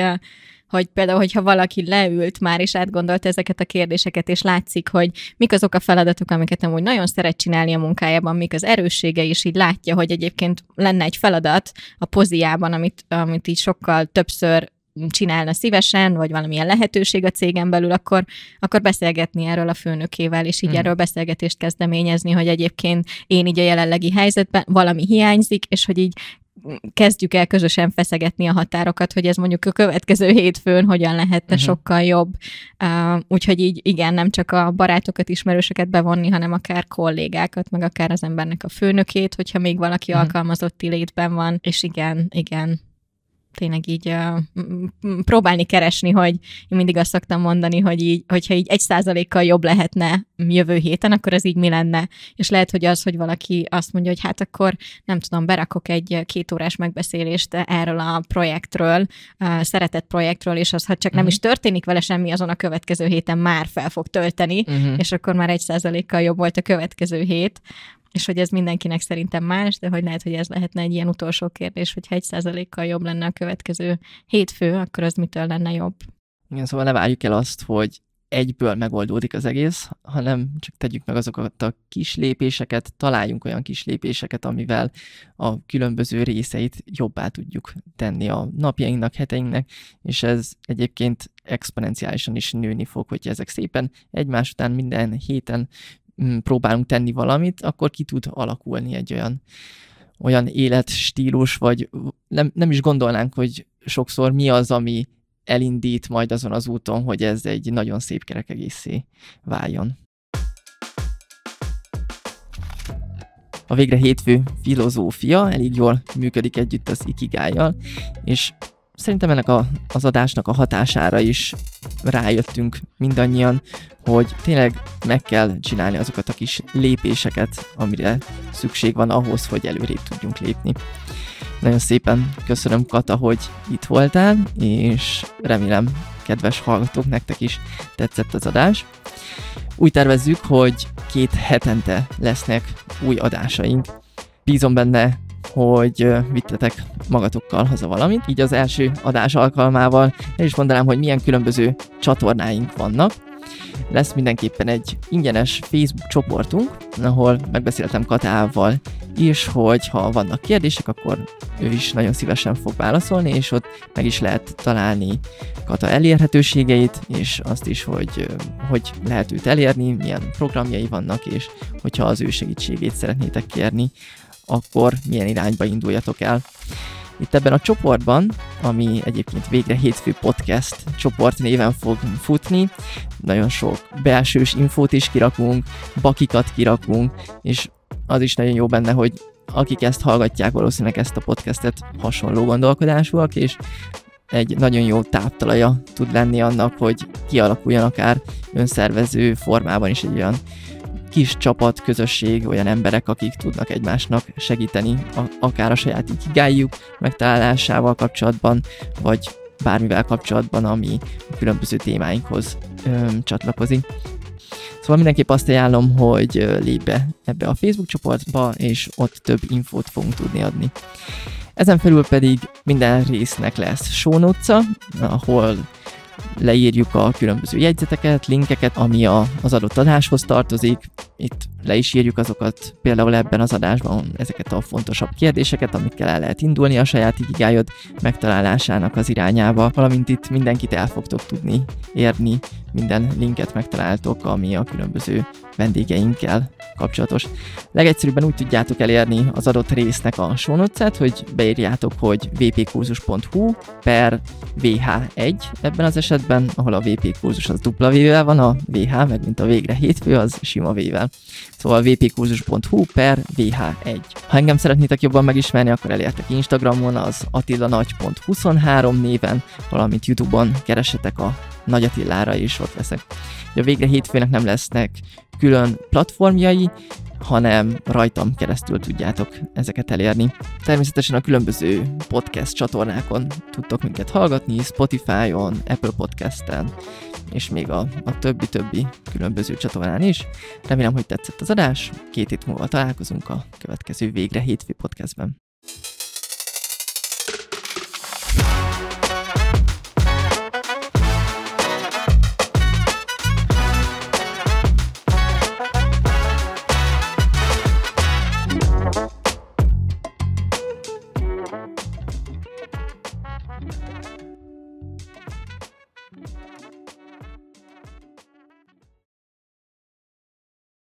C: hogy például, hogyha valaki leült már, és átgondolta ezeket a kérdéseket, és látszik, hogy mik azok a feladatok, amiket amúgy nagyon szeret csinálni a munkájában, mik az erősségei, és így látja, hogy egyébként lenne egy feladat a poziában, amit így sokkal többször csinálna szívesen, vagy valamilyen lehetőség a cégen belül, akkor beszélgetni erről a főnökével, és így erről beszélgetést kezdeményezni, hogy egyébként én így a jelenlegi helyzetben valami hiányzik, és hogy így kezdjük el közösen feszegetni a határokat, hogy ez mondjuk a következő hétfőn hogyan lehetne sokkal jobb. Úgyhogy így igen, nem csak a barátokat, ismerősöket bevonni, hanem akár kollégákat, meg akár az embernek a főnökét, hogyha még valaki alkalmazotti létben van, és igen, tényleg így próbálni keresni, hogy én mindig azt szoktam mondani, hogy így, hogyha így 1%-kal jobb lehetne jövő héten, akkor ez így mi lenne? És lehet, hogy az, hogy valaki azt mondja, hogy hát akkor nem tudom, berakok egy 2 órás megbeszélést erről a projektről, szeretett projektről, és az, ha csak nem is történik vele semmi, azon a következő héten már fel fog tölteni, és akkor már 1%-kal jobb volt a következő hét. És hogy ez mindenkinek szerintem más, de hogy lehet, hogy ez lehetne egy ilyen utolsó kérdés, hogyha 1%-kal jobb lenne a következő hétfő, akkor az mitől lenne jobb?
B: Igen, szóval ne várjuk el azt, hogy egyből megoldódik az egész, hanem csak tegyük meg azokat a kis lépéseket, találjunk olyan kis lépéseket, amivel a különböző részeit jobbá tudjuk tenni a napjainknak, heteinknek, és ez egyébként exponenciálisan is nőni fog, hogyha ezek szépen egymás után minden héten próbálunk tenni valamit, akkor ki tud alakulni egy olyan életstílus, vagy nem is gondolnánk, hogy sokszor mi az, ami elindít majd azon az úton, hogy ez egy nagyon szép kerek egészé váljon. A Végre hétfő filozófia elég jól működik együtt az ikigájjal, és szerintem ennek az adásnak a hatására is rájöttünk mindannyian, hogy tényleg meg kell csinálni azokat a kis lépéseket, amire szükség van ahhoz, hogy előrébb tudjunk lépni. Nagyon szépen köszönöm, Kata, hogy itt voltál, és remélem, kedves hallgatók, nektek is tetszett az adás. Úgy tervezzük, hogy 2 hetente lesznek új adásaink. Bízom benne, hogy vittetek magatokkal haza valamit. Így az első adás alkalmával el is mondanám, hogy milyen különböző csatornáink vannak. Lesz mindenképpen egy ingyenes Facebook csoportunk, ahol megbeszéltem Katával is, hogy ha vannak kérdések, akkor ő is nagyon szívesen fog válaszolni, és ott meg is lehet találni Kata elérhetőségeit, és azt is, hogy lehet őt elérni, milyen programjai vannak, és hogyha az ő segítségét szeretnétek kérni, akkor milyen irányba induljatok el. Itt ebben a csoportban, ami egyébként Végre Hétfő Podcast csoport néven fog futni, nagyon sok belsős infót is kirakunk, bakikat kirakunk, és az is nagyon jó benne, hogy akik ezt hallgatják, valószínűleg ezt a podcastet hasonló gondolkodásúak, és egy nagyon jó táptalaja tud lenni annak, hogy kialakuljon akár önszervező formában is egy olyan kis csapat, közösség, olyan emberek, akik tudnak egymásnak segíteni, akár a saját ikigájuk megtalálásával kapcsolatban, vagy bármivel kapcsolatban, ami a különböző témáinkhoz csatlakozik. Szóval mindenképp azt ajánlom, hogy lépj be ebbe a Facebook csoportba, és ott több infót fogunk tudni adni. Ezen felül pedig minden résznek lesz show notes-a, ahol leírjuk a különböző jegyzeteket, linkeket, ami az adott adáshoz tartozik. Itt le is írjuk azokat, például ebben az adásban ezeket a fontosabb kérdéseket, amikkel el lehet indulni a saját ikigájod megtalálásának az irányába, valamint itt mindenkit el fogtok tudni érni, minden linket megtaláltok, ami a különböző vendégeinkkel kapcsolatos. Legegyszerűbben úgy tudjátok elérni az adott résznek a show notes-et, hogy beírjátok, hogy vpkurzus.hu/vh1 ebben az esetben, ahol a VP kurzus az W-vel van, a VH, meg mint a Végre Hétfő, az sima V-vel. Szóval vpkurzus.hu/vh1. Ha engem szeretnétek jobban megismerni, akkor elértek Instagramon az attilanagy.23 néven, valamint YouTube-on keressetek a Nagy Attilára, és ott leszek. A Végre Hétfőnek nem lesznek külön platformjai, hanem rajtam keresztül tudjátok ezeket elérni. Természetesen a különböző podcast csatornákon tudtok minket hallgatni, Spotify-on, Apple Podcast-en, és még a többi különböző csatornán is. Remélem, hogy tetszett az adás, 2 hét múlva találkozunk a következő Végre Hétfő podcastben.